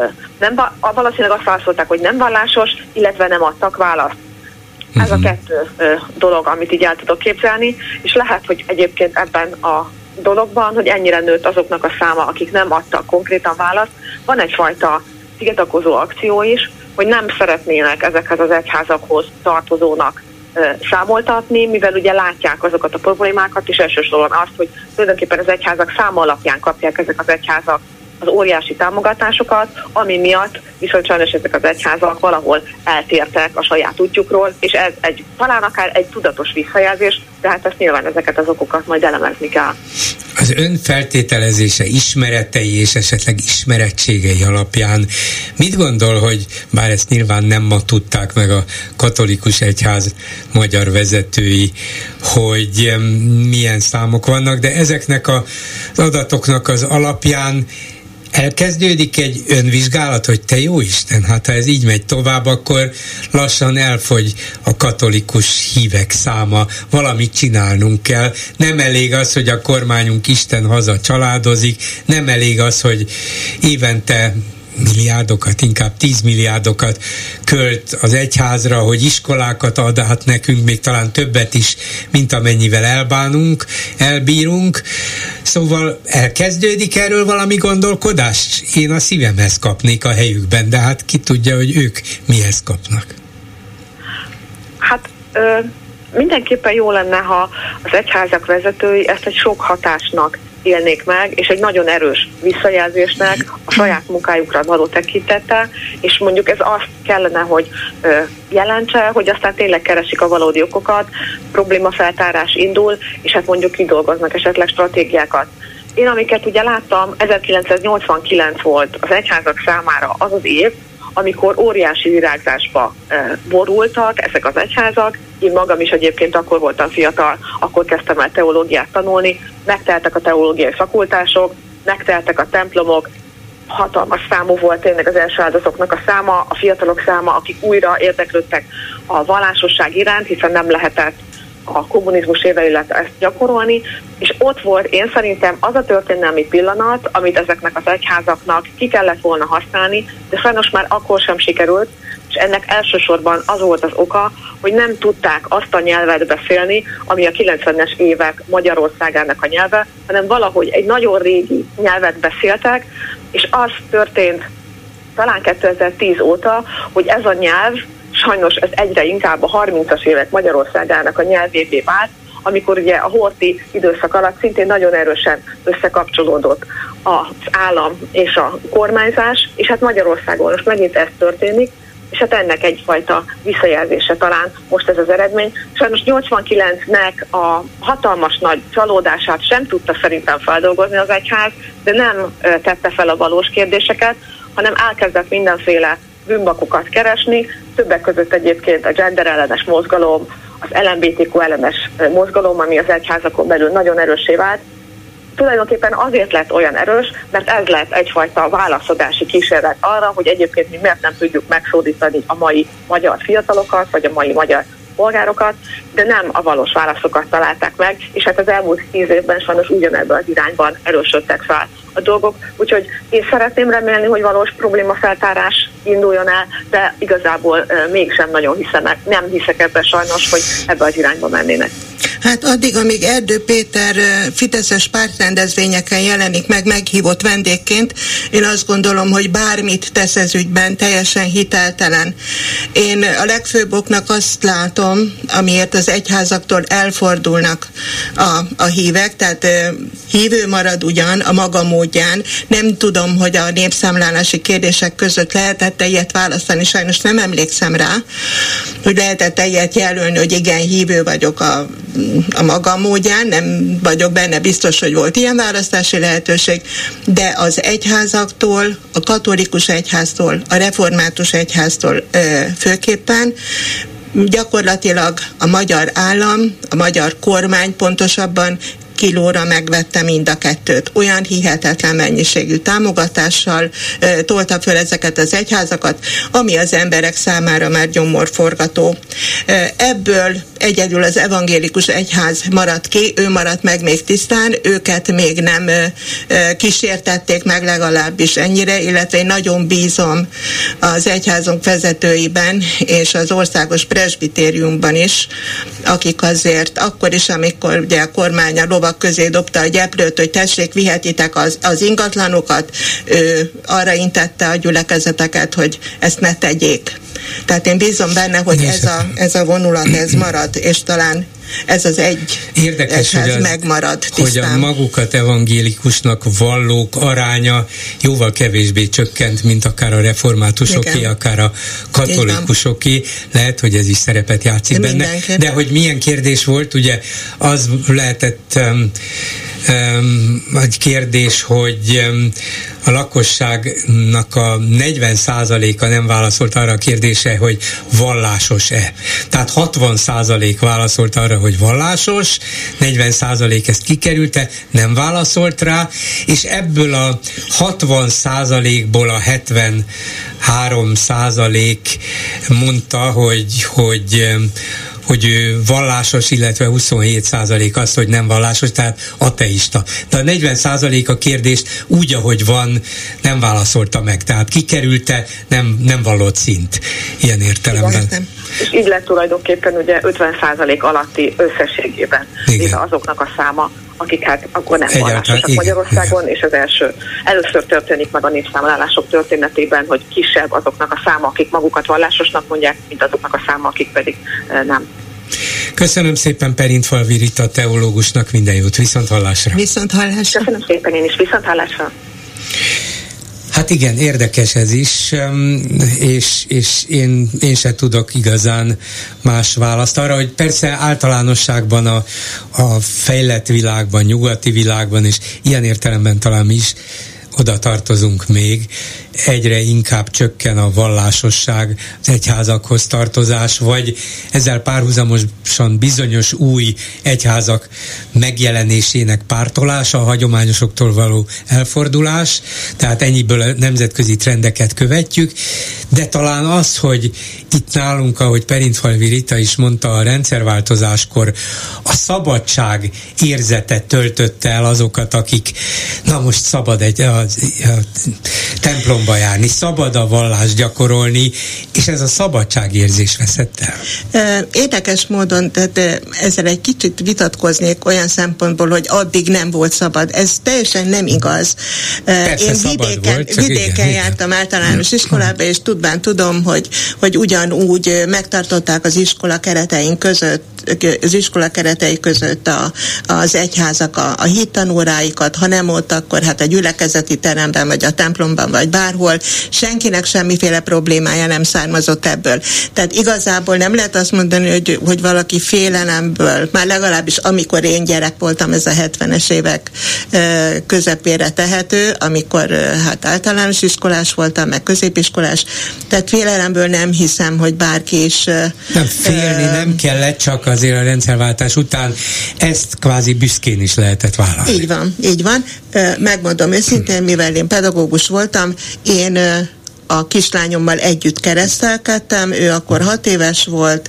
hogy nem vallásos, illetve nem adtak választ. Ez a kettő dolog, amit így el tudok képzelni, és lehet, hogy egyébként ebben a dologban, hogy ennyire nőtt azoknak a száma, akik nem adtak konkrétan választ, van egyfajta tiltakozó akció is, hogy nem szeretnének ezekhez az egyházakhoz tartozónak számoltatni, mivel ugye látják azokat a problémákat, és elsősorban azt, hogy tulajdonképpen az egyházak száma alapján kapják ezek az egyházak az óriási támogatásokat, ami miatt viszont sajnos ezek az egyházak valahol eltértek a saját útjukról, és ez talán akár egy tudatos visszajelzés, tehát ezt nyilván ezeket az okokat majd elemezni kell. Az ön feltételezése, ismeretei és esetleg ismerettségei alapján mit gondol, hogy bár ezt nyilván nem ma tudták meg a katolikus egyház magyar vezetői, hogy milyen számok vannak, de ezeknek az adatoknak az alapján elkezdődik egy önvizsgálat, hogy te jó Isten, hát ha ez így megy tovább, akkor lassan elfogy a katolikus hívek száma, valamit csinálnunk kell. Nem elég az, hogy a kormányunk Isten haza családozik, nem elég az, hogy évente milliárdokat, inkább 10 milliárdokat költ az egyházra, hogy iskolákat ad át nekünk, még talán többet is, mint amennyivel elbírunk. Szóval elkezdődik erről valami gondolkodás? Én a szívemhez kapnék a helyükben, de hát ki tudja, hogy ők mihez kapnak. Hát mindenképpen jó lenne, ha az egyházak vezetői ezt egy sok hatásnak élnék meg, és egy nagyon erős visszajelzésnek a saját munkájukra való tekintettel, és mondjuk ez azt kellene, hogy jelentse, hogy aztán tényleg keresik a valódi okokat, problémafeltárás indul, és hát mondjuk kidolgoznak esetleg stratégiákat. Én amiket ugye láttam, 1989 volt az egyházak számára az az év, amikor óriási virágzásba borultak ezek az egyházak. Én magam is egyébként akkor voltam fiatal, akkor kezdtem el teológiát tanulni, megteltek a teológiai fakultások, megteltek a templomok, hatalmas számú volt tényleg az első áldozóknak a száma, a fiatalok száma, akik újra érdeklődtek a vallásosság iránt, hiszen nem lehetett a kommunizmus éveilet ezt gyakorolni, és ott volt én szerintem az a történelmi pillanat, amit ezeknek az egyházaknak ki kellett volna használni, de sajnos már akkor sem sikerült, és ennek elsősorban az volt az oka, hogy nem tudták azt a nyelvet beszélni, ami a 90-es évek Magyarországának a nyelve, hanem valahogy egy nagyon régi nyelvet beszéltek, és az történt talán 2010 óta, hogy ez a nyelv sajnos ez egyre inkább a 30-as évek Magyarországának a nyelvévé vált, amikor ugye a Horthy időszak alatt szintén nagyon erősen összekapcsolódott az állam és a kormányzás, és hát Magyarországon most megint ez történik, és hát ennek egyfajta visszajelzése talán most ez az eredmény. Sajnos 89-nek a hatalmas nagy csalódását sem tudta szerintem feldolgozni az egyház, de nem tette fel a valós kérdéseket, hanem elkezdett mindenféle bűnbakokat keresni, többek között egyébként a gender ellenes mozgalom, az LMBTQ ellenes mozgalom, ami az egyházakon belül nagyon erőssé vált. Tulajdonképpen azért lett olyan erős, mert ez lett egyfajta válaszadási kísérlet arra, hogy egyébként mi miért nem tudjuk megszólítani a mai magyar fiatalokat, vagy a mai magyar polgárokat, de nem a valós válaszokat találták meg, és hát az elmúlt 10 évben sajnos ugyanebben az irányban erősödtek fel a dolgok, úgyhogy én szeretném remélni, hogy valós problémafeltárás induljon el, de igazából mégsem nagyon nem hiszek ebben sajnos, hogy ebbe az irányba mennének. Hát addig, amíg Erdő Péter fideszes pártrendezvényeken jelenik meg meghívott vendégként, én azt gondolom, hogy bármit tesz ez ügyben, teljesen hiteltelen. Én a legfőbb oknak azt látom, amiért az egyházaktól elfordulnak a hívek, tehát hívő marad ugyan a maga módján. Nem tudom, hogy a népszámlálási kérdések között lehetett ilyet választani, sajnos nem emlékszem rá, hogy lehetett ilyet jelölni, hogy igen, hívő vagyok a maga módján, nem vagyok benne biztos, hogy volt ilyen választási lehetőség, de az egyházaktól, a katolikus egyháztól, a református egyháztól főképpen gyakorlatilag a magyar állam, a magyar kormány pontosabban kilóra megvette mind a kettőt. Olyan hihetetlen mennyiségű támogatással tolta föl ezeket az egyházakat, ami az emberek számára már gyomorforgató. Ebből egyedül az evangélikus egyház maradt ki, ő maradt meg még tisztán, őket még nem kísértették meg legalábbis ennyire, illetve én nagyon bízom az egyházunk vezetőiben és az országos presbitériumban is, akik azért akkor is, amikor ugye a kormány a lovak közé dobta a gyeplőt, hogy tessék, vihetitek az ingatlanokat, ő arra intette a gyülekezeteket, hogy ezt ne tegyék. Tehát én bízom benne, hogy ez a vonulat, ez marad, és talán ez az érdekes, hogy megmarad tisztán. Hogy a magukat evangélikusnak vallók aránya jóval kevésbé csökkent, mint akár a reformátusoké, igen, akár a katolikusoké. Lehet, hogy ez is szerepet játszik benne. De hogy milyen kérdés volt, ugye az lehetett egy kérdés, hogy a lakosságnak a 40%-a nem válaszolt arra a kérdésre, hogy vallásos-e. Tehát 60% válaszolt arra, hogy vallásos, 40% ezt kikerülte, nem válaszolt rá, és ebből a 60%-ból a 73% mondta, hogy ő vallásos, illetve 27% azt, hogy nem vallásos, tehát ateista. De a 40% a kérdést úgy, ahogy van, nem válaszolta meg, tehát kikerülte, nem vallott szint ilyen értelemben. Igen. És így lett tulajdonképpen ugye 50% alatti összességében azoknak a száma, akik hát akkor nem vallásosak Magyarországon, és az először történik meg a népszámlálások történetében, hogy kisebb azoknak a száma, akik magukat vallásosnak mondják, mint azoknak a száma, akik pedig nem. Köszönöm szépen Perintfalvi Rita teológusnak, minden jót, viszonthallásra. Viszonthallásra. Köszönöm szépen én is, viszonthallásra. Hát igen, érdekes ez is, és én se tudok igazán más választ arra, hogy persze általánosságban a fejlett világban, nyugati világban, és ilyen értelemben talán mi is oda tartozunk még, egyre inkább csökken a vallásosság, az egyházakhoz tartozás, vagy ezzel párhuzamosan bizonyos új egyházak megjelenésének pártolása, a hagyományosoktól való elfordulás, tehát ennyiből a nemzetközi trendeket követjük, de talán az, hogy itt nálunk, ahogy Perintfalvi Rita is mondta, a rendszerváltozáskor a szabadság érzete töltötte el azokat, akik na most szabad a templomba járni, szabad a vallást gyakorolni, és ez a szabadságérzés veszett el. Érdekes módon, tehát ezzel egy kicsit vitatkoznék olyan szempontból, hogy addig nem volt szabad. Ez teljesen nem igaz. Persze, én vidéken jártam általános iskolába, és tudom, hogy ugyanúgy megtartották az iskola keretei között az egyházak a hittanóráikat, ha nem ott, akkor hát a gyülekezeti teremben, vagy a templomban, vagy bárhol, senkinek semmiféle problémája nem származott ebből. Tehát igazából nem lehet azt mondani, hogy valaki félelemből, már legalábbis amikor én gyerek voltam, ez a 70-es évek közepére tehető, amikor hát általános iskolás voltam, meg középiskolás, tehát félelemből nem hiszem, hogy bárki is... Nem félni nem kellett, csak azért a rendszerváltás után ezt kvázi büszkén is lehetett vállalni. Így van. Megmondom őszintén, mivel én pedagógus voltam, én a kislányommal együtt keresztelkedtem, ő akkor 6 éves volt,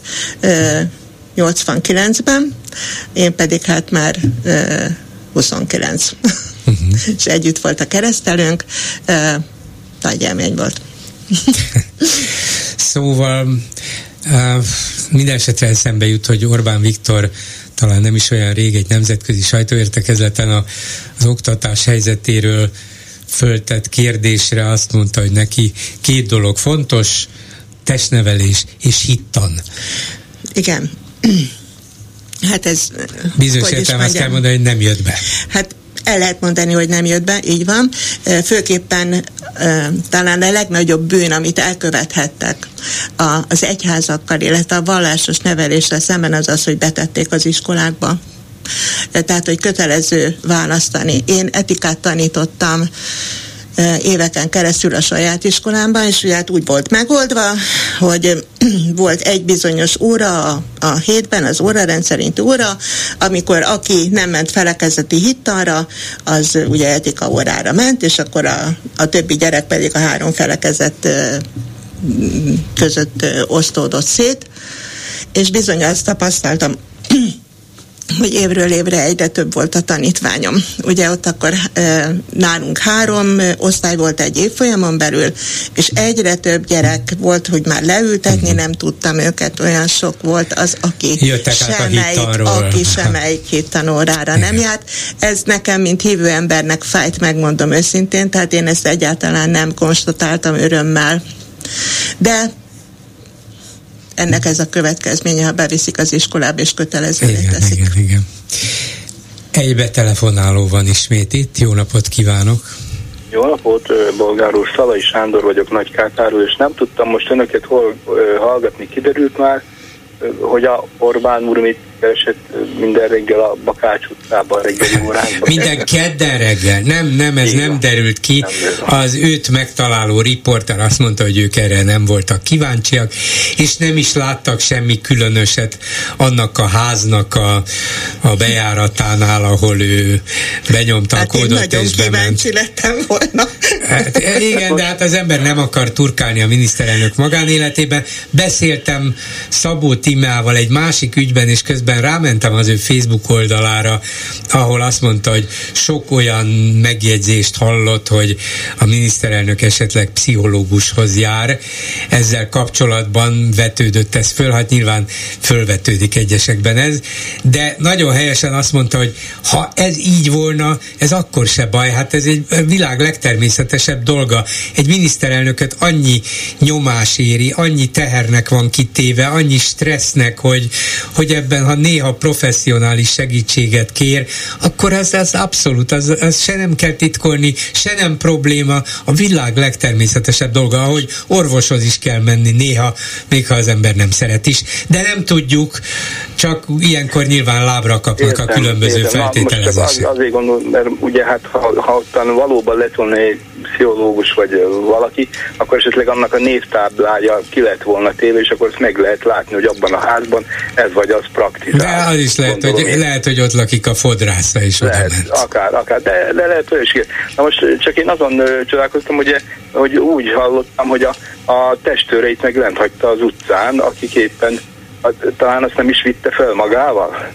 89-ben, én pedig hát már 29. És együtt volt a keresztelőnk, nagy élmény volt. Szóval minden esetre eszembe jut, hogy Orbán Viktor talán nem is olyan rég egy nemzetközi sajtóértekezleten az oktatás helyzetéről föltett kérdésre azt mondta, hogy neki 2 dolog fontos, testnevelés és hittan. Igen. Hát ez... Bizonyos értelemben azt kell mondani, hogy nem jött be. Hát el lehet mondani, hogy nem jött be, így van. Főképpen talán a legnagyobb bűn, amit elkövethettek az egyházakkal, illetve a vallásos neveléssel szemben az, hogy betették az iskolákba. Tehát, hogy kötelező választani. Én etikát tanítottam éveken keresztül a saját iskolámban, és ugye hát úgy volt megoldva, hogy volt egy bizonyos óra a hétben, az órarend szerinti óra, amikor aki nem ment felekezeti hittanra, az ugye etika órára ment, és akkor a többi gyerek pedig a 3 felekezet között osztódott szét. és bizony azt tapasztaltam, hogy évről évre egyre több volt a tanítványom. Ugye ott akkor nálunk 3 osztály volt egy évfolyamon belül, és egyre több gyerek volt, hogy már leültetni nem tudtam őket, olyan sok volt az, aki semmelyik hittanórára nem járt. Ez nekem, mint hívő embernek fájt, megmondom őszintén, tehát én ezt egyáltalán nem konstatáltam örömmel. De ennek ez a következménye, ha beviszik az iskolába és kötelezővé teszik. Igen. Egy betelefonáló van ismét itt. Jó napot kívánok! Jó napot, Bolgár úr, Szalai Sándor vagyok Nagykátáról, és nem tudtam most önöket hol hallgatni. Kiderült már, hogy a Orbán úr mit keresett minden reggel a Bakács utcában reggeli órákban. Minden kedden reggel. Nem, ez nem derült ki. Az őt megtaláló riporter azt mondta, hogy ők erre nem voltak kíváncsiak, és nem is láttak semmi különöset annak a háznak a bejáratánál, ahol ő benyomta a kódot és bement. Nagyon kíváncsi lettem volna. Hát, igen, de hát az ember nem akar turkálni a miniszterelnök magánéletében. Beszéltem Szabó Tímeával egy másik ügyben, és közben rámentem az ő Facebook oldalára, ahol azt mondta, hogy sok olyan megjegyzést hallott, hogy a miniszterelnök esetleg pszichológushoz jár. Ezzel kapcsolatban vetődött ez föl, hát nyilván fölvetődik egyesekben ez, de nagyon helyesen azt mondta, hogy ha ez így volna, ez akkor se baj, hát ez egy világ legtermészetesebb dolga. Egy miniszterelnököt annyi nyomás éri, annyi tehernek van kitéve, annyi stressznek, hogy ebben, ha néha professzionális segítséget kér, akkor az abszolút, az se nem kell titkolni, se nem probléma, a világ legtermészetesebb dolga, ahogy orvoshoz is kell menni néha, még ha az ember nem szeret is, de nem tudjuk, csak ilyenkor nyilván lábra kapnak a különböző feltételezések. Azért gondolom, mert ugye hát ha ottan valóban lett volna egy pszichológus vagy valaki, akkor esetleg annak a névtáblája ki lett volna téve, és akkor ezt meg lehet látni, hogy abban a házban ez vagy az praktizál. De az is lehet, hogy ott lakik a fodrásza is oda ment. Akár, de lehet, hogy is. Na most csak én azon csodálkoztam, hogy úgy hallottam, hogy a testőreit meg lent hagyta az utcán, akik éppen talán azt nem is vitte fel magával?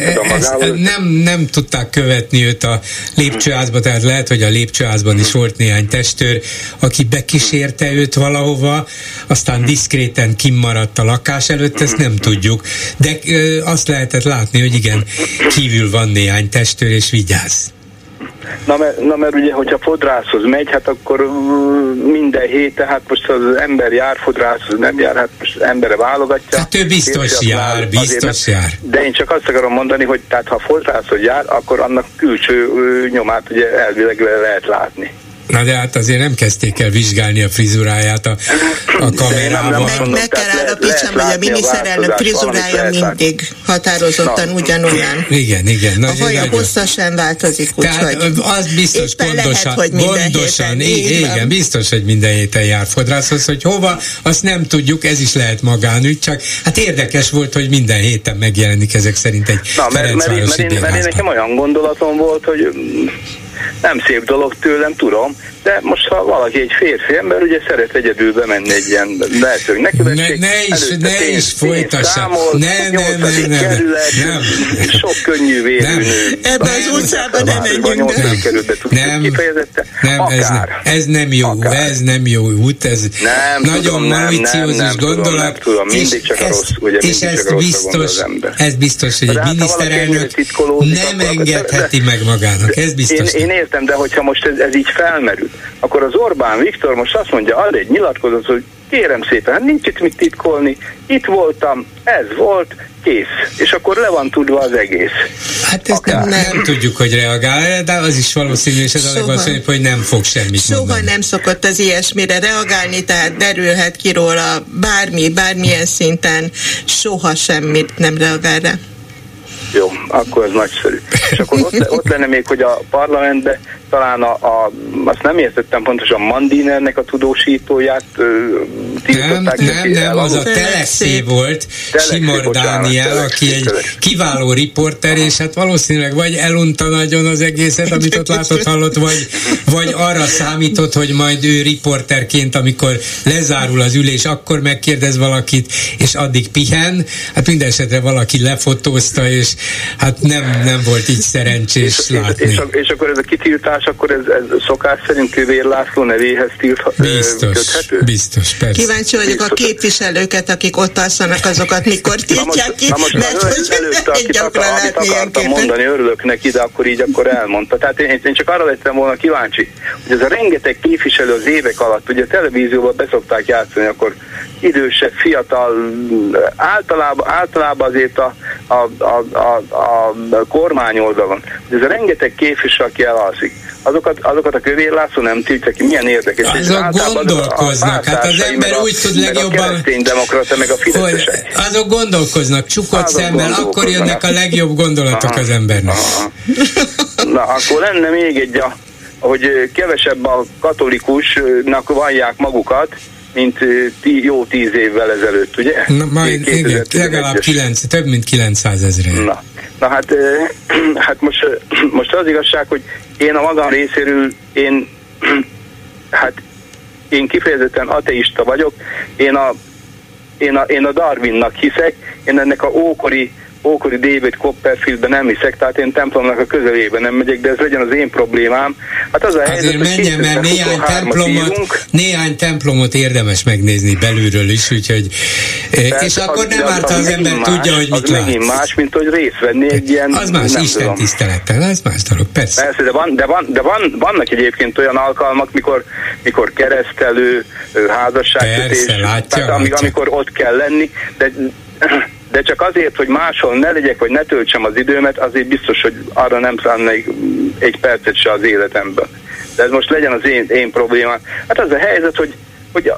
Nem tudták követni őt a lépcsőházba, tehát lehet, hogy a lépcsőházban is volt néhány testőr, aki bekísérte őt valahova, aztán diszkréten kimaradt a lakás előtt, ezt nem tudjuk. De azt lehetett látni, hogy igen, kívül van néhány testőr, és vigyázz. Na mert ugye, hogyha fodrászhoz megy, hát akkor minden héten, hát most az ember jár fodrászhoz, nem jár, hát most embere válogatja. Hát ő biztos jár. De én csak azt akarom mondani, hogy tehát ha fodrászhoz jár, akkor annak külső nyomát ugye elvileg lehet látni. Na de hát azért nem kezdték el vizsgálni a frizuráját a kamerával. Meg kell állapítsam, hogy a miniszterelnök frizurája mindig határozottan ugyanolyan. Igen. A haja hossza sem változik, úgyhogy az biztos gondosan, igen, biztos, hogy minden héten jár fodrászhoz, hogy hova, azt nem tudjuk, ez is lehet magánügy, csak hát érdekes volt, hogy minden héten megjelenik ezek szerint egy Ferencvárosi bérházban. Mert én nekem olyan gondolatom volt, hogy nem szép dolog tőlem, tudom, de most ha valaki egy férfi ember, ugye szeret egyedül bemenni egy ilyen lehetőleg nekövetség. Ne is folytassa. Nem. Sok könnyű vérű nő. Ebben az utcában nem menjünk Ez nem jó út, ez nagyon mauriciózus gondolat. Mindig csak a rossz, ugye mindig csak a rossz gondol az ember. Ez biztos, hogy egy miniszterelnök nem engedheti meg magának, ez biztos. Én értem, de hogyha most ez így felmerül, akkor az Orbán Viktor most azt mondja, ad egy nyilatkozat, hogy kérem szépen, hát nincs itt mit titkolni, itt voltam, ez volt, kész. És akkor le van tudva az egész. Hát ezt nem tudjuk, hogy reagál, de az is valószínű, és ez a legvalószínűbb, hogy nem fog semmit mondani. Soha nem szokott az ilyesmire reagálni, tehát derülhet ki róla bármilyen szinten, soha semmit nem reagál rá. Jó, akkor ez nagyszerű. És akkor ott lenne még, hogy a parlamentben talán azt nem értettem pontosan, Mandinernek a tudósítóját tiltották. Nem, az a Telexé volt, Simor Dániel, aki egy kiváló riporter, és hát valószínűleg vagy elunta nagyon az egészet, amit ott látott, hallott, vagy arra számított, hogy majd ő riporterként, amikor lezárul az ülés, akkor megkérdez valakit, és addig pihen. Hát minden esetre valaki lefotózta, és hát nem volt így szerencsés látni. És akkor ez a kitiltás, akkor ez szokás szerint Kövér László nevéhez köthető? Biztos, persze. Kíváncsi vagyok a képviselőket, akik ott alszanak, azokat mikor tiltják ki, mert hogy gyakran látni ilyenképpen. Mondani, örülök neki, de akkor elmondta. Tehát én csak arra lettem volna kíváncsi, hogy ez a rengeteg képviselő az évek alatt, ugye a televízióban beszokták játszani, akkor idősebb, fiatal, általában azért a kormány oldalon. Ez a rengeteg képviselő, aki elalszik, azokat a Kövér László nem tiltja ki, milyen érdekes. Azok gondolkoznak, hát az ember úgy tud legjobban... A kereszténydemokrata, meg a fideszesek. Azok gondolkoznak, csukott szemmel, akkor jönnek a legjobb gondolatok az embernek. Na, akkor lenne még egy, hogy kevesebb a katolikusnak vallják magukat, mint jó 10 évvel ezelőtt, ugye? Igen, legalább több mint 900 000. Na hát most az igazság, hogy én a magam részéről én kifejezetten ateista vagyok, én a Darwinnak hiszek, én ennek a ókori David Copperfieldben nem hiszek, tehát én templomnak a közelében nem megyek, de ez legyen az én problémám. Hát az a helyzet, azért menjen, mert néhány templomot érdemes megnézni belülről is, úgyhogy és akkor nem árt, az ember tudja, hogy mit lát. Az megint más, mint hogy részt venni egy ilyen... Az más, Isten tisztelettel, ez más dolog, persze. Persze, de vannak egyébként olyan alkalmak, mikor keresztelő, házasságkötés, amikor ott kell lenni, de csak azért, hogy máshol ne legyek, vagy ne töltsem az időmet, azért biztos, hogy arra nem szánnék egy percet se az életemben. De ez most legyen az én problémám. Hát az a helyzet, hogy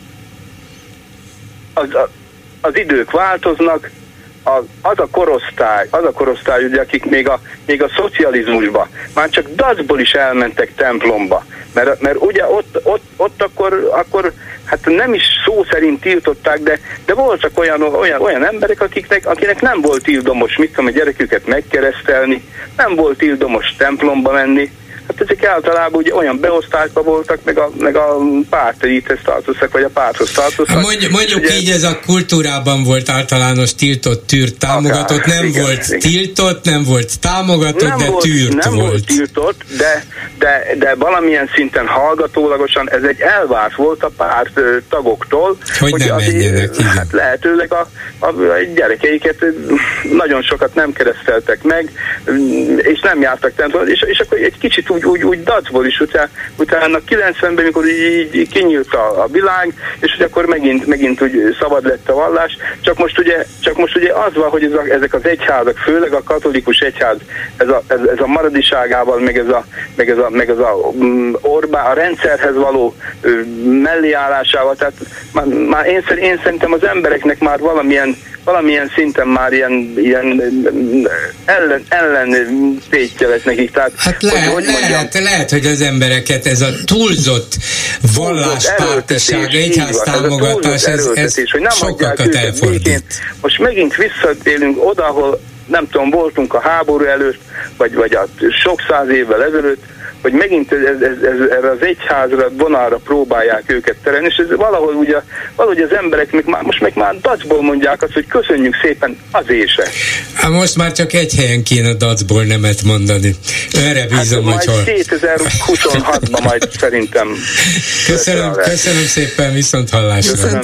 az idők változnak, az a korosztály, ugye, akik még a szocializmusba, már csak dacból is elmentek templomba, mert ugye ott akkor hát nem is szó szerint tiltották, de voltak olyan emberek, akinek nem volt ildomos, a gyereküket megkeresztelni, nem volt ildomos templomba menni. Hát ezek általában ugye olyan beosztásban voltak, meg a pártelithez tartoztak, vagy a párthoz tartoztak. Mondjuk ugye, így ez a kultúrában volt általános tiltott, tűrt, támogatott, nem volt tiltott, nem volt támogatott, de tűrt volt. Nem volt tiltott, de valamilyen szinten hallgatólagosan ez egy elvárt volt a párt tagoktól, hogy nem menjenek. Hát lehetőleg a gyerekeiket nagyon sokat nem kereszteltek meg, és nem jártak templomba, és akkor egy kicsit úgy dacból is, utána 90-ben, mikor így kinyílt a világ, és hogy akkor megint úgy szabad lett a vallás, csak most ugye az van, hogy ezek az egyházak, főleg a katolikus egyház, ez a maradiságával, meg ez a Orbán, a rendszerhez való melléállásával, tehát már én szerintem az embereknek már valamilyen szinten már ilyen ellentétje lett nekik. Tehát, hát lehet, hogy az embereket ez a túlzott valláspártiság, egyháztámogatás, ez sokakat elfordít. Most megint visszatérünk oda, ahol nem tudom, voltunk a háború előtt, vagy a sok száz évvel ezelőtt, hogy megint erre az egyházra, vonalra próbálják őket terelni, és ez valahogy az emberek most meg már dacból mondják azt, hogy köszönjük szépen az ése. Hát most már csak egy helyen kéne dacból nemet mondani. Erre bízom, hogy hol. 2026-ban majd szerintem. Köszönöm szépen, viszont hallásra.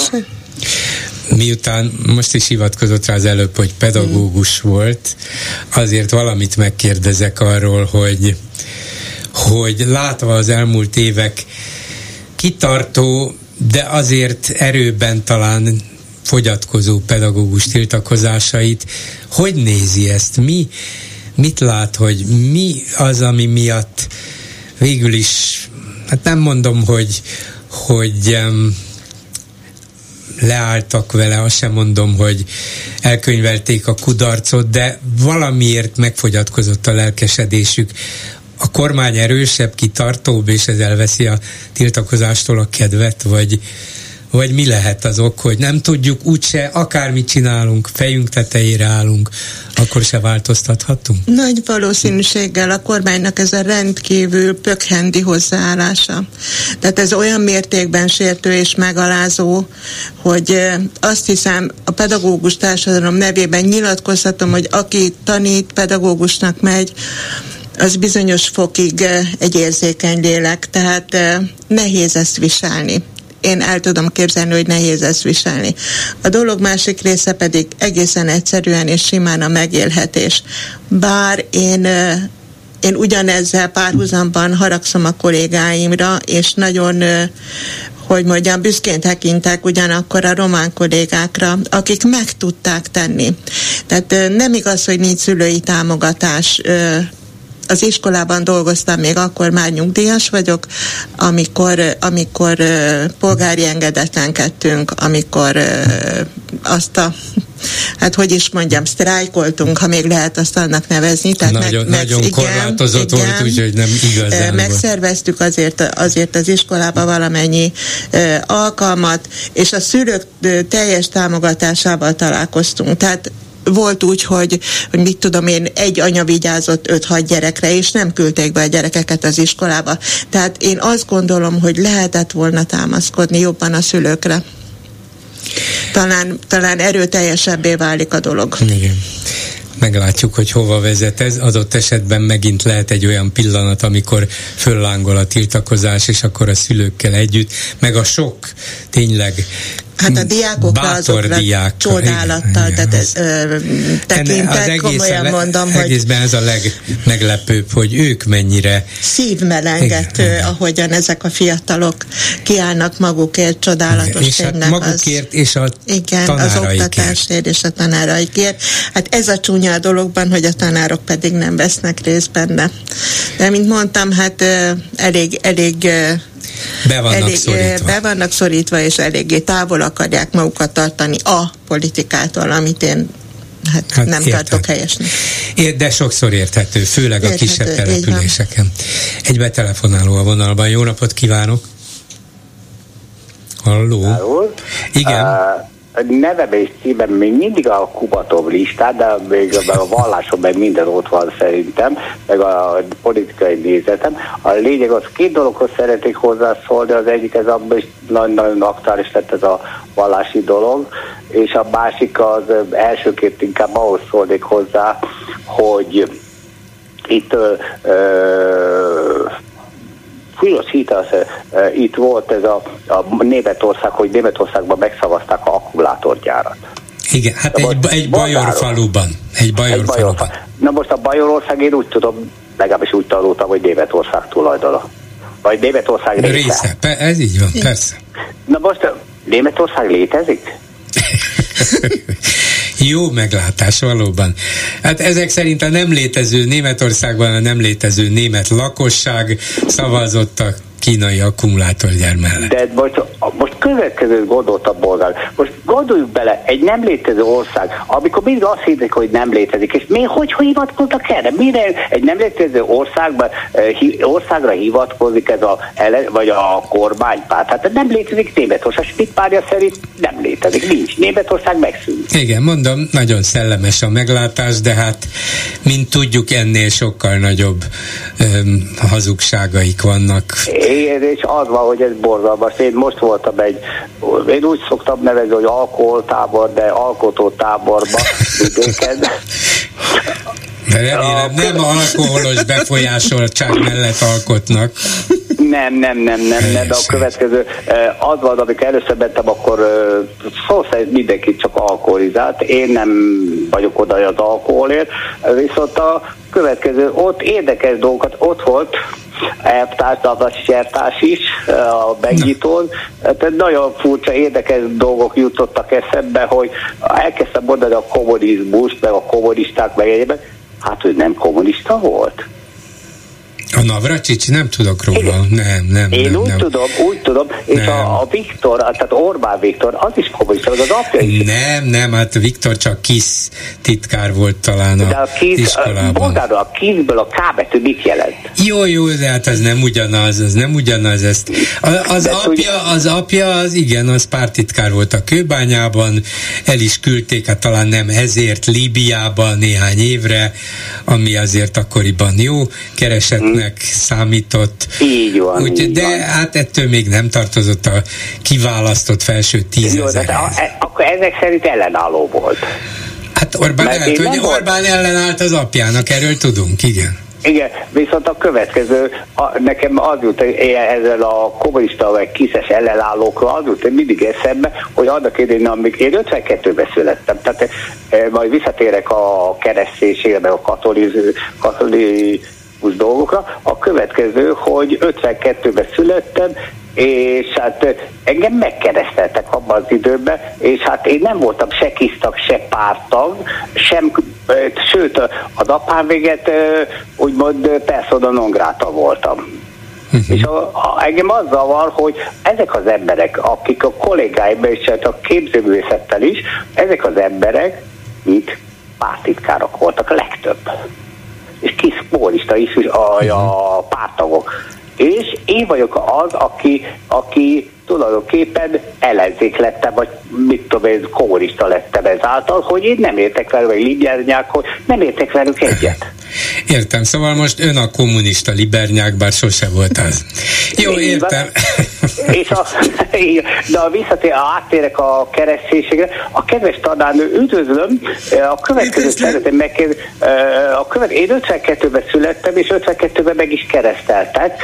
Miután most is hivatkozott rá az előbb, hogy pedagógus volt, azért valamit megkérdezek arról, hogy látva az elmúlt évek kitartó, de azért erőben talán fogyatkozó pedagógus tiltakozásait, hogy nézi ezt? Mit lát, hogy mi az, ami miatt végül is, hát nem mondom, hogy leálltak vele, azt sem mondom, hogy elkönyvelték a kudarcot, de valamiért megfogyatkozott a lelkesedésük. A kormány erősebb, kitartóbb, és ez elveszi a tiltakozástól a kedvet, vagy mi lehet az ok, hogy nem tudjuk, úgyse, akármit csinálunk, fejünk tetejére állunk, akkor se változtathatunk? Nagy valószínűséggel a kormánynak ez a rendkívül pökhendi hozzáállása. Tehát ez olyan mértékben sértő és megalázó, hogy azt hiszem, a pedagógus társadalom nevében nyilatkozhatom, hogy aki tanít, pedagógusnak megy, az bizonyos fokig egy érzékeny lélek, tehát nehéz ezt viselni. Én el tudom képzelni, hogy nehéz ezt viselni. A dolog másik része pedig egészen egyszerűen és simán a megélhetés. Bár én ugyanezzel párhuzamban haragszom a kollégáimra, és nagyon, hogy mondjam, büszkén tekintek ugyanakkor a román kollégákra, akik meg tudták tenni. Tehát nem igaz, hogy nincs szülői támogatás. Az iskolában dolgoztam, még akkor már nyugdíjas vagyok, amikor polgári engedetlenkedtünk, amikor sztrájkoltunk, ha még lehet azt annak nevezni. Tehát nagyon korlátozott volt, úgyhogy nem igazán megszerveztük azért az iskolába valamennyi alkalmat, és a szülők teljes támogatásával találkoztunk. Tehát volt úgy, hogy mit tudom én, egy anya vigyázott 5-6 gyerekre, és nem küldték be a gyerekeket az iskolába. Tehát én azt gondolom, hogy lehetett volna támaszkodni jobban a szülőkre. Talán erőteljesebbé válik a dolog. Igen. Meglátjuk, hogy hova vezet ez. Adott esetben megint lehet egy olyan pillanat, amikor föllángol a tiltakozás, és akkor a szülőkkel együtt, meg a sok tényleg hát a diákokra azokra csodálattal tekintek, komolyan mondom, hogy egészben ez a legmeglepőbb, hogy ők mennyire szívmelengető, ahogyan ezek a fiatalok kiállnak magukért, csodálatos. És hát magukért és a tanáraikért. Az oktatásért és a tanáraikért. Hát ez a csúnya a dologban, hogy a tanárok pedig nem vesznek részt benne. De mint mondtam, hát elég be vannak szorítva, és eléggé távol akarják magukat tartani a politikától, amit én nem tartok helyesnek. De sokszor érthető, főleg a kisebb településeken. Egy betelefonáló a vonalban. Jó napot kívánok! Halló? Igen. Nevem és címem még mindig a Kubatov listát, de még a vallásom meg minden ott van szerintem, meg a politikai nézetem. A lényeg az, 2 dologhoz szeretnék hozzászólni, az egyik ez abban is nagyon aktuális lett ez a vallási dolog, és a másik az elsőként inkább ahhoz szólnék hozzá, hogy itt itt volt ez a Németország, hogy Németországban megszavazták a akkumulátorgyárat. Igen, hát egy bajor faluban. Na most a Bajorország, én úgy tudom, legalábbis úgy tanultam, hogy Németország tulajdona. Vagy Németország része. Ez így van, persze. Na most Németország létezik? Jó meglátás, valóban. Hát ezek szerint a nem létező Németországban a nem létező német lakosság szavazott a kínai akkumulátorgyár mellett. De most következőt gondoltam, bolgár. Most gondoljuk bele, egy nem létező ország, amikor mindig azt hiszik, hogy nem létezik, és még hogy hivatkoznak erre? Mire egy nem létező országra hivatkozik ez vagy a kormánypárt? Hát nem létezik Németország, mit párja szerint nem létezik, nincs. Németország megszűnt. Igen, mondom, nagyon szellemes a meglátás, de hát, mint tudjuk, ennél sokkal nagyobb hazugságaik vannak. És az van, hogy ez borzalmas. Én most voltam én úgy szoktam nevezni, hogy alkoholtábor, de alkotótáborba vidéken. De remélem, nem alkoholos befolyásoltság mellett alkotnak. Nem, de a következő az van, amikor először mentem, akkor szó szerint mindenki csak alkoholizált. Én nem vagyok oda az alkoholért, viszont a következő, ott érdekes dolgokat, ott volt elvtárs, sertárs is a megnyitón. Tehát nagyon furcsa, érdekes dolgok jutottak eszembe, hogy elkezdtem mondani a kommunizmust, meg a kommunisták, meg egyébként, hát ő nem kommunista volt. A Navracsics? Nem tudok róla. Igen. Nem. Én úgy tudom, és a Viktor, tehát Orbán Viktor, az is kommunista, az apja is. Nem, hát Viktor csak KISZ titkár volt talán az iskolában. Bolgáról a KISZ-ből a K betű mit jelent? Jó, de hát az nem ugyanaz ezt. Az apja, az pártitkár volt a Kőbányában, el is küldték, hát talán nem ezért Líbiába néhány évre, ami azért akkoriban jó keresetnek számított. Így van. De hát ettől még nem tartozott a kiválasztott felső 10 000. Akkor ezek szerint ellenálló volt. Hát Orbán ellenállt az apjának, erről tudunk, igen. Igen, viszont a következő, nekem az jut ezzel a kommunista vagy kiszes ellenállókról, az jut mindig eszembe, hogy annak idején, amíg én 52-ben születtem, tehát majd visszatérek a kereszténységre, meg a katolikus dolgokra, a következő, hogy 52-ben születtem, és hát engem megkereszteltek abban az időben, és hát én nem voltam se kisztag, se pártag, sőt az apám véget úgymond persona non grata voltam. És engem az zavar, hogy ezek az emberek, akik a kollégáimban és a képzőművészettel is, ezek az emberek itt pártitkárok voltak a legtöbb. És kiszpólista is a pártagok. És én vagyok az, aki tulajdonképpen ellenzék lettem, vagy mit tudom én, kommunista lettem ezáltal, hogy én nem értek velük, vagy libernyák, hogy nem értek velük egyet. Értem, szóval most ön a kommunista libernyák, bár sose volt az. Jó, értem. De áttérek a kereszténységre. A kedves tanárnő, üdvözlöm, a következő szeretném megkérdezni, én 52-ben születtem, és 52-ben meg is kereszteltek.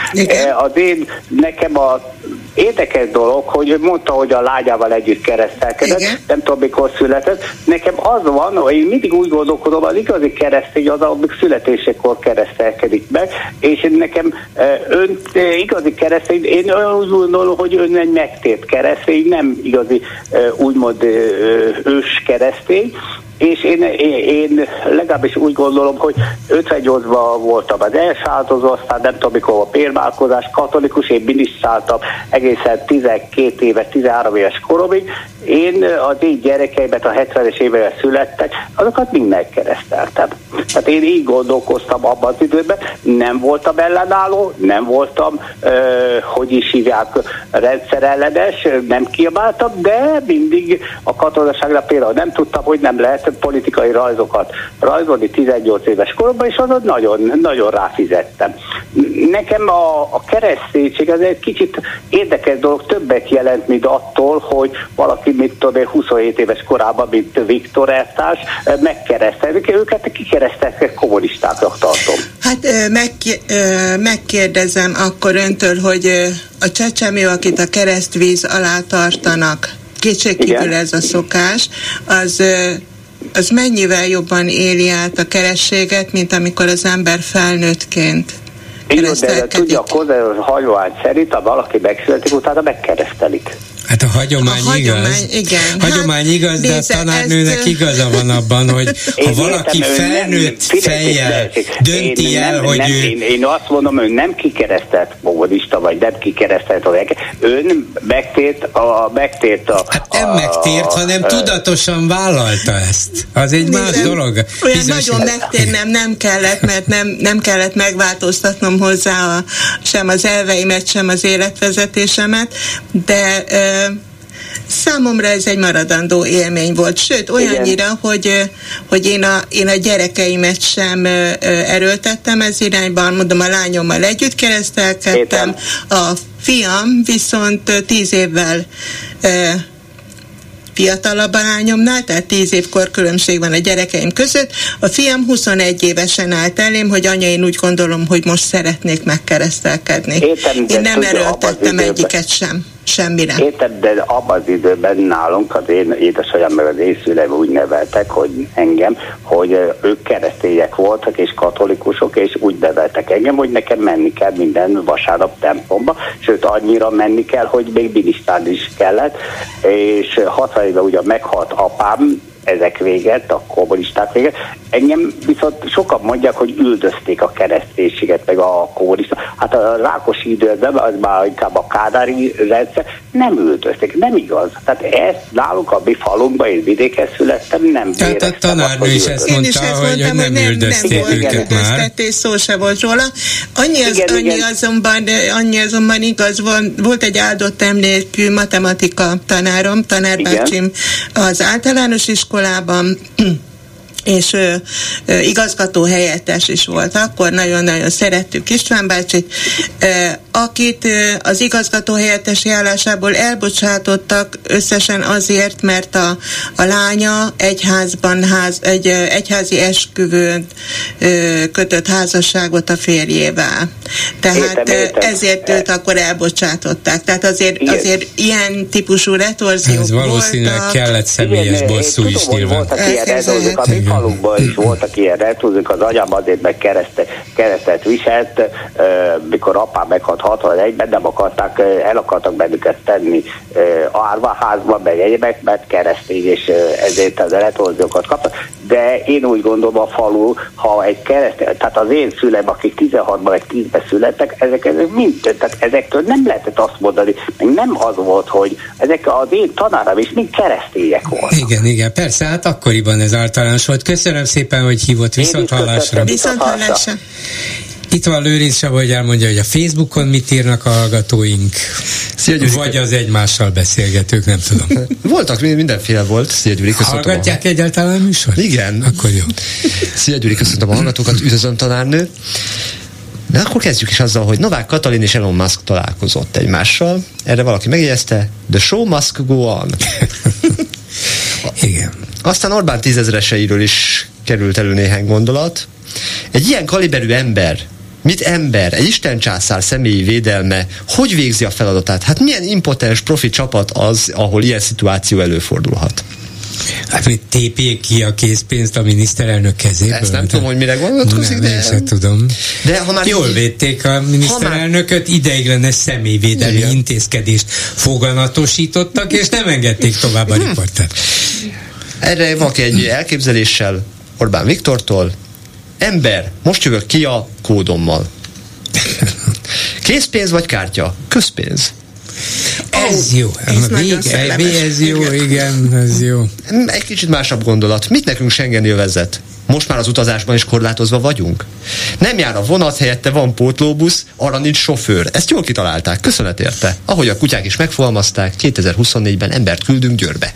Nekem a érdekes dolog, hogy mondta, hogy a lányával együtt keresztelkedett, nem tudom, mikor született. Nekem az van, hogy én mindig úgy gondolkodom, az igazi keresztény az, amíg születésekor keresztelkedik meg, és nekem ön igazi keresztény, én úgy gondolom, hogy ön egy megtért keresztény, nem igazi úgymond ős keresztény, és én legalábbis úgy gondolom, hogy 58-ban voltam az első áldozó, aztán nem tudom, mikor a pérmálkozás, katolikus, én minisztráltam egészen 12 éves, 13 éves koromig. Én az én gyerekeimet a 70-es években születtek, azokat mind megkereszteltem. Tehát én így gondolkoztam abban az időben, nem voltam ellenálló, nem voltam, hogy is hívják, rendszerellenes, nem kiabáltam, de mindig a katonaságra például nem tudtam, hogy nem lehet politikai rajzokat rajzolni 18 éves koromban, és azon nagyon, nagyon ráfizettem. Nekem a kereszténység az egy kicsit érdekes dolog, többet jelent, mint attól, hogy valaki, mit tudom én, 27 éves korában, mint Viktor elvtárs, megkeresztelik. Őket kikereszteltek, kommunistáknak tartom. Hát megkérdezem akkor öntől, hogy a csecsemő, akit a keresztvíz alá tartanak, kétségkívül ez a szokás, az mennyivel jobban éli át a kerességet, mint amikor az ember felnőttként keresztelkedik? De tudja, a hagyomány szerint, ha valaki megszületik, utána megkeresztelik. Hát a hagyomány igaz. Igen. Hagyomány igaz, de a tanárnőnek igaza van abban, hogy ha valaki felnőtt fejjel dönti el, hogy Én azt mondom, hogy nem kikeresztelt kommunista, vagy nem kikeresztelt, ön megtért a... Hát nem megtért, hanem tudatosan vállalta ezt. Az egy más dolog. Olyan nagyon megtérnem nem kellett, mert nem kellett megváltoztatnom hozzá sem az elveimet, sem az életvezetésemet, de számomra ez egy maradandó élmény volt. Sőt, olyannyira, hogy én a gyerekeimet sem erőltettem ez irányban, mondom, a lányommal együtt keresztelkedtem, a fiam viszont 10 évvel fiatalabb a lányomnál, tehát 10 évkor különbség van a gyerekeim között. A fiam 21 évesen állt elém, hogy anya, én úgy gondolom, hogy most szeretnék megkeresztelkedni. Én nem erőltettem egyiket sem. Semmire. Érted, de abban az időben nálunk az én édesanyám meg az én szüleim úgy neveltek, hogy engem, hogy ők keresztények voltak és katolikusok, és úgy neveltek engem, hogy nekem menni kell minden vasárnap templomba, sőt annyira menni kell, hogy még minisztrálni is kellett, és 60 éve ugye meghalt apám, ezek véget, a kommunisták véget. Engem viszont sokan mondják, hogy üldözték a kereszténységet, meg a kommunisták. Hát a Rákosi időben, az már inkább a kádári rendszer, nem üldözték, nem igaz. Tehát ezt nálunk a mi falunkban, én vidéken születtem, nem tehát a tanárnő is ezt mondta, hogy nem üldözték őket már. Szó se volt róla. Annyi azonban igaz, volt egy áldott emlékű matematika tanárom, tanárbácsim az általános iskolában, és igazgató helyettes is volt. Akkor nagyon-nagyon szerettük István bácsit, akit az igazgató helyettesi állásából elbocsátottak összesen azért, mert a lánya egy egyházi esküvőn kötött házasságot a férjével. Tehát értem. ezért őt akkor elbocsátották. Tehát azért ilyen típusú retorziók ez valószínűleg voltak. Kellett személyes bosszú is nyilván. A falukban is voltak ilyen retúzik, az anyám azért meg keresztet viselt, mikor apám meghalt 61-ben, nem akarták, el akartak bennünket tenni árvaházba, meg egyébek, mert keresztény, és ezért az retúzókat kaptak. De én úgy gondolom, a falu, ha egy keresztény, tehát az én szüleim, akik 16-ban vagy 10-ben születtek, tehát ezektől nem lehetett azt mondani, meg nem az volt, hogy ezek az én tanáram is mind keresztények voltak. Igen, persze, hát akkoriban ez általános volt. Köszönöm szépen, hogy hívott, viszonthallásra. Viszonthallásra. Itt van Lőrinc Saba, hogy elmondja, hogy a Facebookon mit írnak a hallgatóink. Vagy az egymással beszélgetők, nem tudom. Voltak, mindenféle volt. Szia Gyuri, köszöntöm. Hallgatják egyáltalán a műsor? Igen. Akkor jó. Szia Gyuri, köszöntöm a hallgatókat, üdvözlöm tanárnő. De akkor kezdjük is azzal, hogy Novák Katalin és Elon Musk találkozott egymással. Erre valaki megjegyezte, the show must go on. Igen. Aztán Orbán 10 000-eseiről is került elő néhány gondolat. Egy ilyen kaliberű ember, egy istencsászár személyi védelme, hogy végzi a feladatát? Hát milyen impotens profi csapat az, ahol ilyen szituáció előfordulhat? Hát, hogy tépjék ki a készpénzt a miniszterelnök kezéből. Ezt nem tudom, hogy mire gondolkozik, de... Én sem tudom. De ha már jól védték a miniszterelnököt, ideiglenes személyvédelmi intézkedést foganatosítottak, és nem engedték tovább a riportert. Erre valaki egy elképzeléssel Orbán Viktortól: ember, most jövök ki a kódommal. Készpénz vagy kártya? Közpénz. Ez jó. Ez jó, igen, ez jó. Egy kicsit másabb gondolat. Mit nekünk Schengen övezet? Most már az utazásban is korlátozva vagyunk. Nem jár a vonat, helyette van pótlóbusz, arra nincs sofőr. Ezt jól kitalálták, köszönet érte. Ahogy a kutyák is megfogalmazták, 2024-ben embert küldünk Győrbe.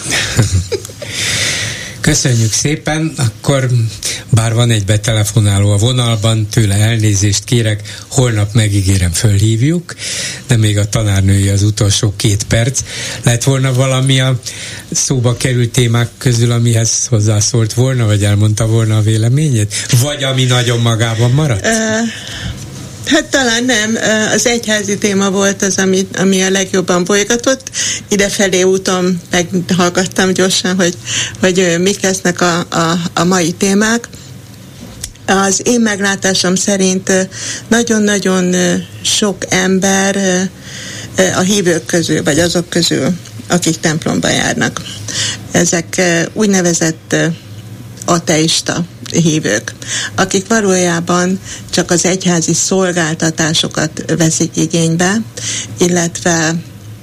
Köszönjük szépen, akkor bár van egy betelefonáló a vonalban, tőle elnézést kérek, holnap megígérem, fölhívjuk, de még a tanárnői az utolsó 2 perc. Lett volna valami a szóba került témák közül, amihez hozzászólt volna, vagy elmondta volna a véleményét? Vagy ami nagyon magában maradt? Hát talán nem. Az egyházi téma volt az, ami a legjobban bolygatott. Idefelé úton meghallgattam gyorsan, hogy mik lesznek a mai témák. Az én meglátásom szerint nagyon-nagyon sok ember a hívők közül, vagy azok közül, akik templomba járnak. Ezek úgynevezett ateista hívők, akik valójában csak az egyházi szolgáltatásokat veszik igénybe, illetve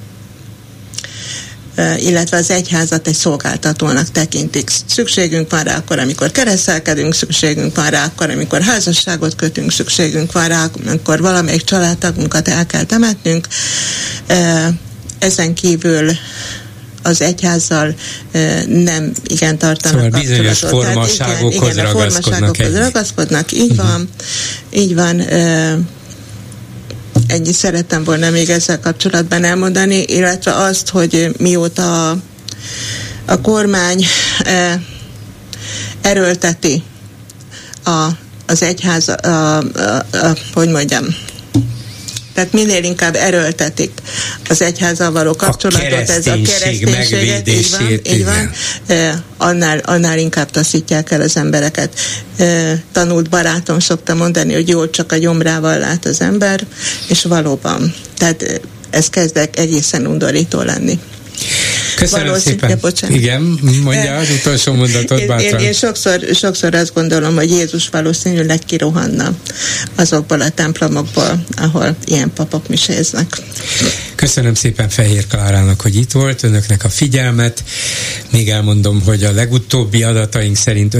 az egyházat egy szolgáltatónak tekintik. Szükségünk van rá akkor, amikor keresztelkedünk, szükségünk van rá akkor, amikor házasságot kötünk, szükségünk van rá, amikor valamelyik családtagunkat el kell temetnünk. Ezen kívül az egyházzal nem igen tartanak szóval bizonyos formaságokhoz ragaszkodnak. Így van. Ennyit szerettem volna még ezzel kapcsolatban elmondani, illetve azt, hogy mióta a kormány erőlteti az egyház, hogy mondjam, tehát minél inkább erőltetik az egyházzal való kapcsolatot, ez a kereszténységet, így van, annál inkább taszítják el az embereket. Tanult barátom szokta mondani, hogy jól csak a gyomrával lát az ember, és valóban, tehát ez kezd egészen undorító lenni. Köszönöm szépen. Bocsánat. Igen, mondja az utolsó mondatot bátran. Én sokszor azt gondolom, hogy Jézus valószínűleg kirohanna azokból a templomokból, ahol ilyen papok miséznek. Köszönöm szépen Fehér Klárának, hogy itt volt, önöknek a figyelmet. Még elmondom, hogy a legutóbbi adataink szerint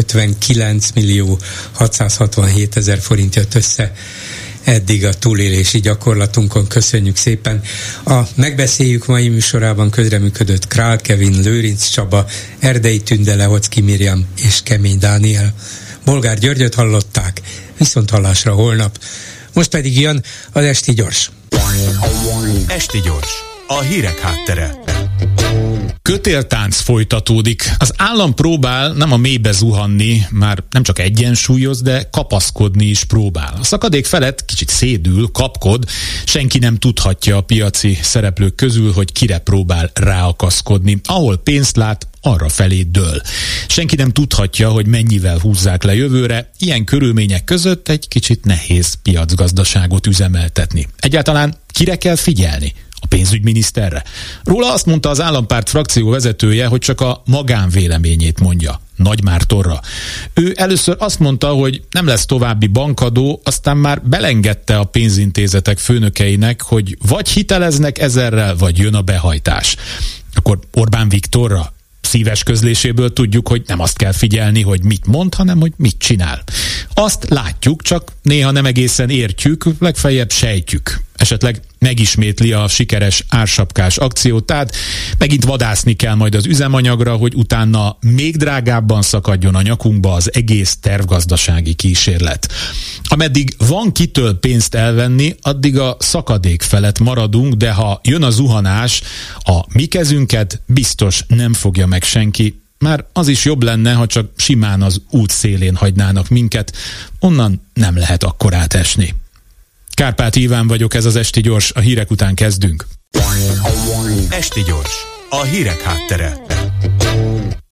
59.667.000 forint jött össze eddig a túlélési gyakorlatunkon. Köszönjük szépen. A Megbeszéljük mai műsorában közreműködött Král Kevin, Lőrinc Csaba, Erdei Tünde, Lehocki Miriam és Kemény Dániel. Bolgár Györgyöt hallották, viszont hallásra holnap. Most pedig jön az Esti Gyors. Esti Gyors, a hírek háttere. Kötéltánc folytatódik. Az állam próbál nem a mélybe zuhanni, már nem csak egyensúlyoz, de kapaszkodni is próbál. A szakadék felett kicsit szédül, kapkod, senki nem tudhatja a piaci szereplők közül, hogy kire próbál ráakaszkodni. Ahol pénzt lát, arra felé dől. Senki nem tudhatja, hogy mennyivel húzzák le jövőre, ilyen körülmények között egy kicsit nehéz piacgazdaságot üzemeltetni. Egyáltalán kire kell figyelni? A pénzügyminiszterre? Róla azt mondta az Állampárt frakció vezetője, hogy csak a magánvéleményét mondja. Nagy Mártonra. Ő először azt mondta, hogy nem lesz további bankadó, aztán már belengedte a pénzintézetek főnökeinek, hogy vagy hiteleznek ezerrel, vagy jön a behajtás. Akkor Orbán Viktorra? Szíves közléséből tudjuk, hogy nem azt kell figyelni, hogy mit mond, hanem hogy mit csinál. Azt látjuk, csak néha nem egészen értjük, legfeljebb sejtjük. Esetleg megismétli a sikeres ársapkás akciót, tehát megint vadászni kell majd az üzemanyagra, hogy utána még drágábban szakadjon a nyakunkba az egész tervgazdasági kísérlet. Ameddig van kitől pénzt elvenni, addig a szakadék felett maradunk, de ha jön a zuhanás, a mi kezünket biztos nem fogja meg senki. Már az is jobb lenne, ha csak simán az út szélén hagynának minket, onnan nem lehet akkorát esni. Kárpáti Iván vagyok, ez az Esti Gyors, a hírek után kezdünk. Esti Gyors, a hírek háttere.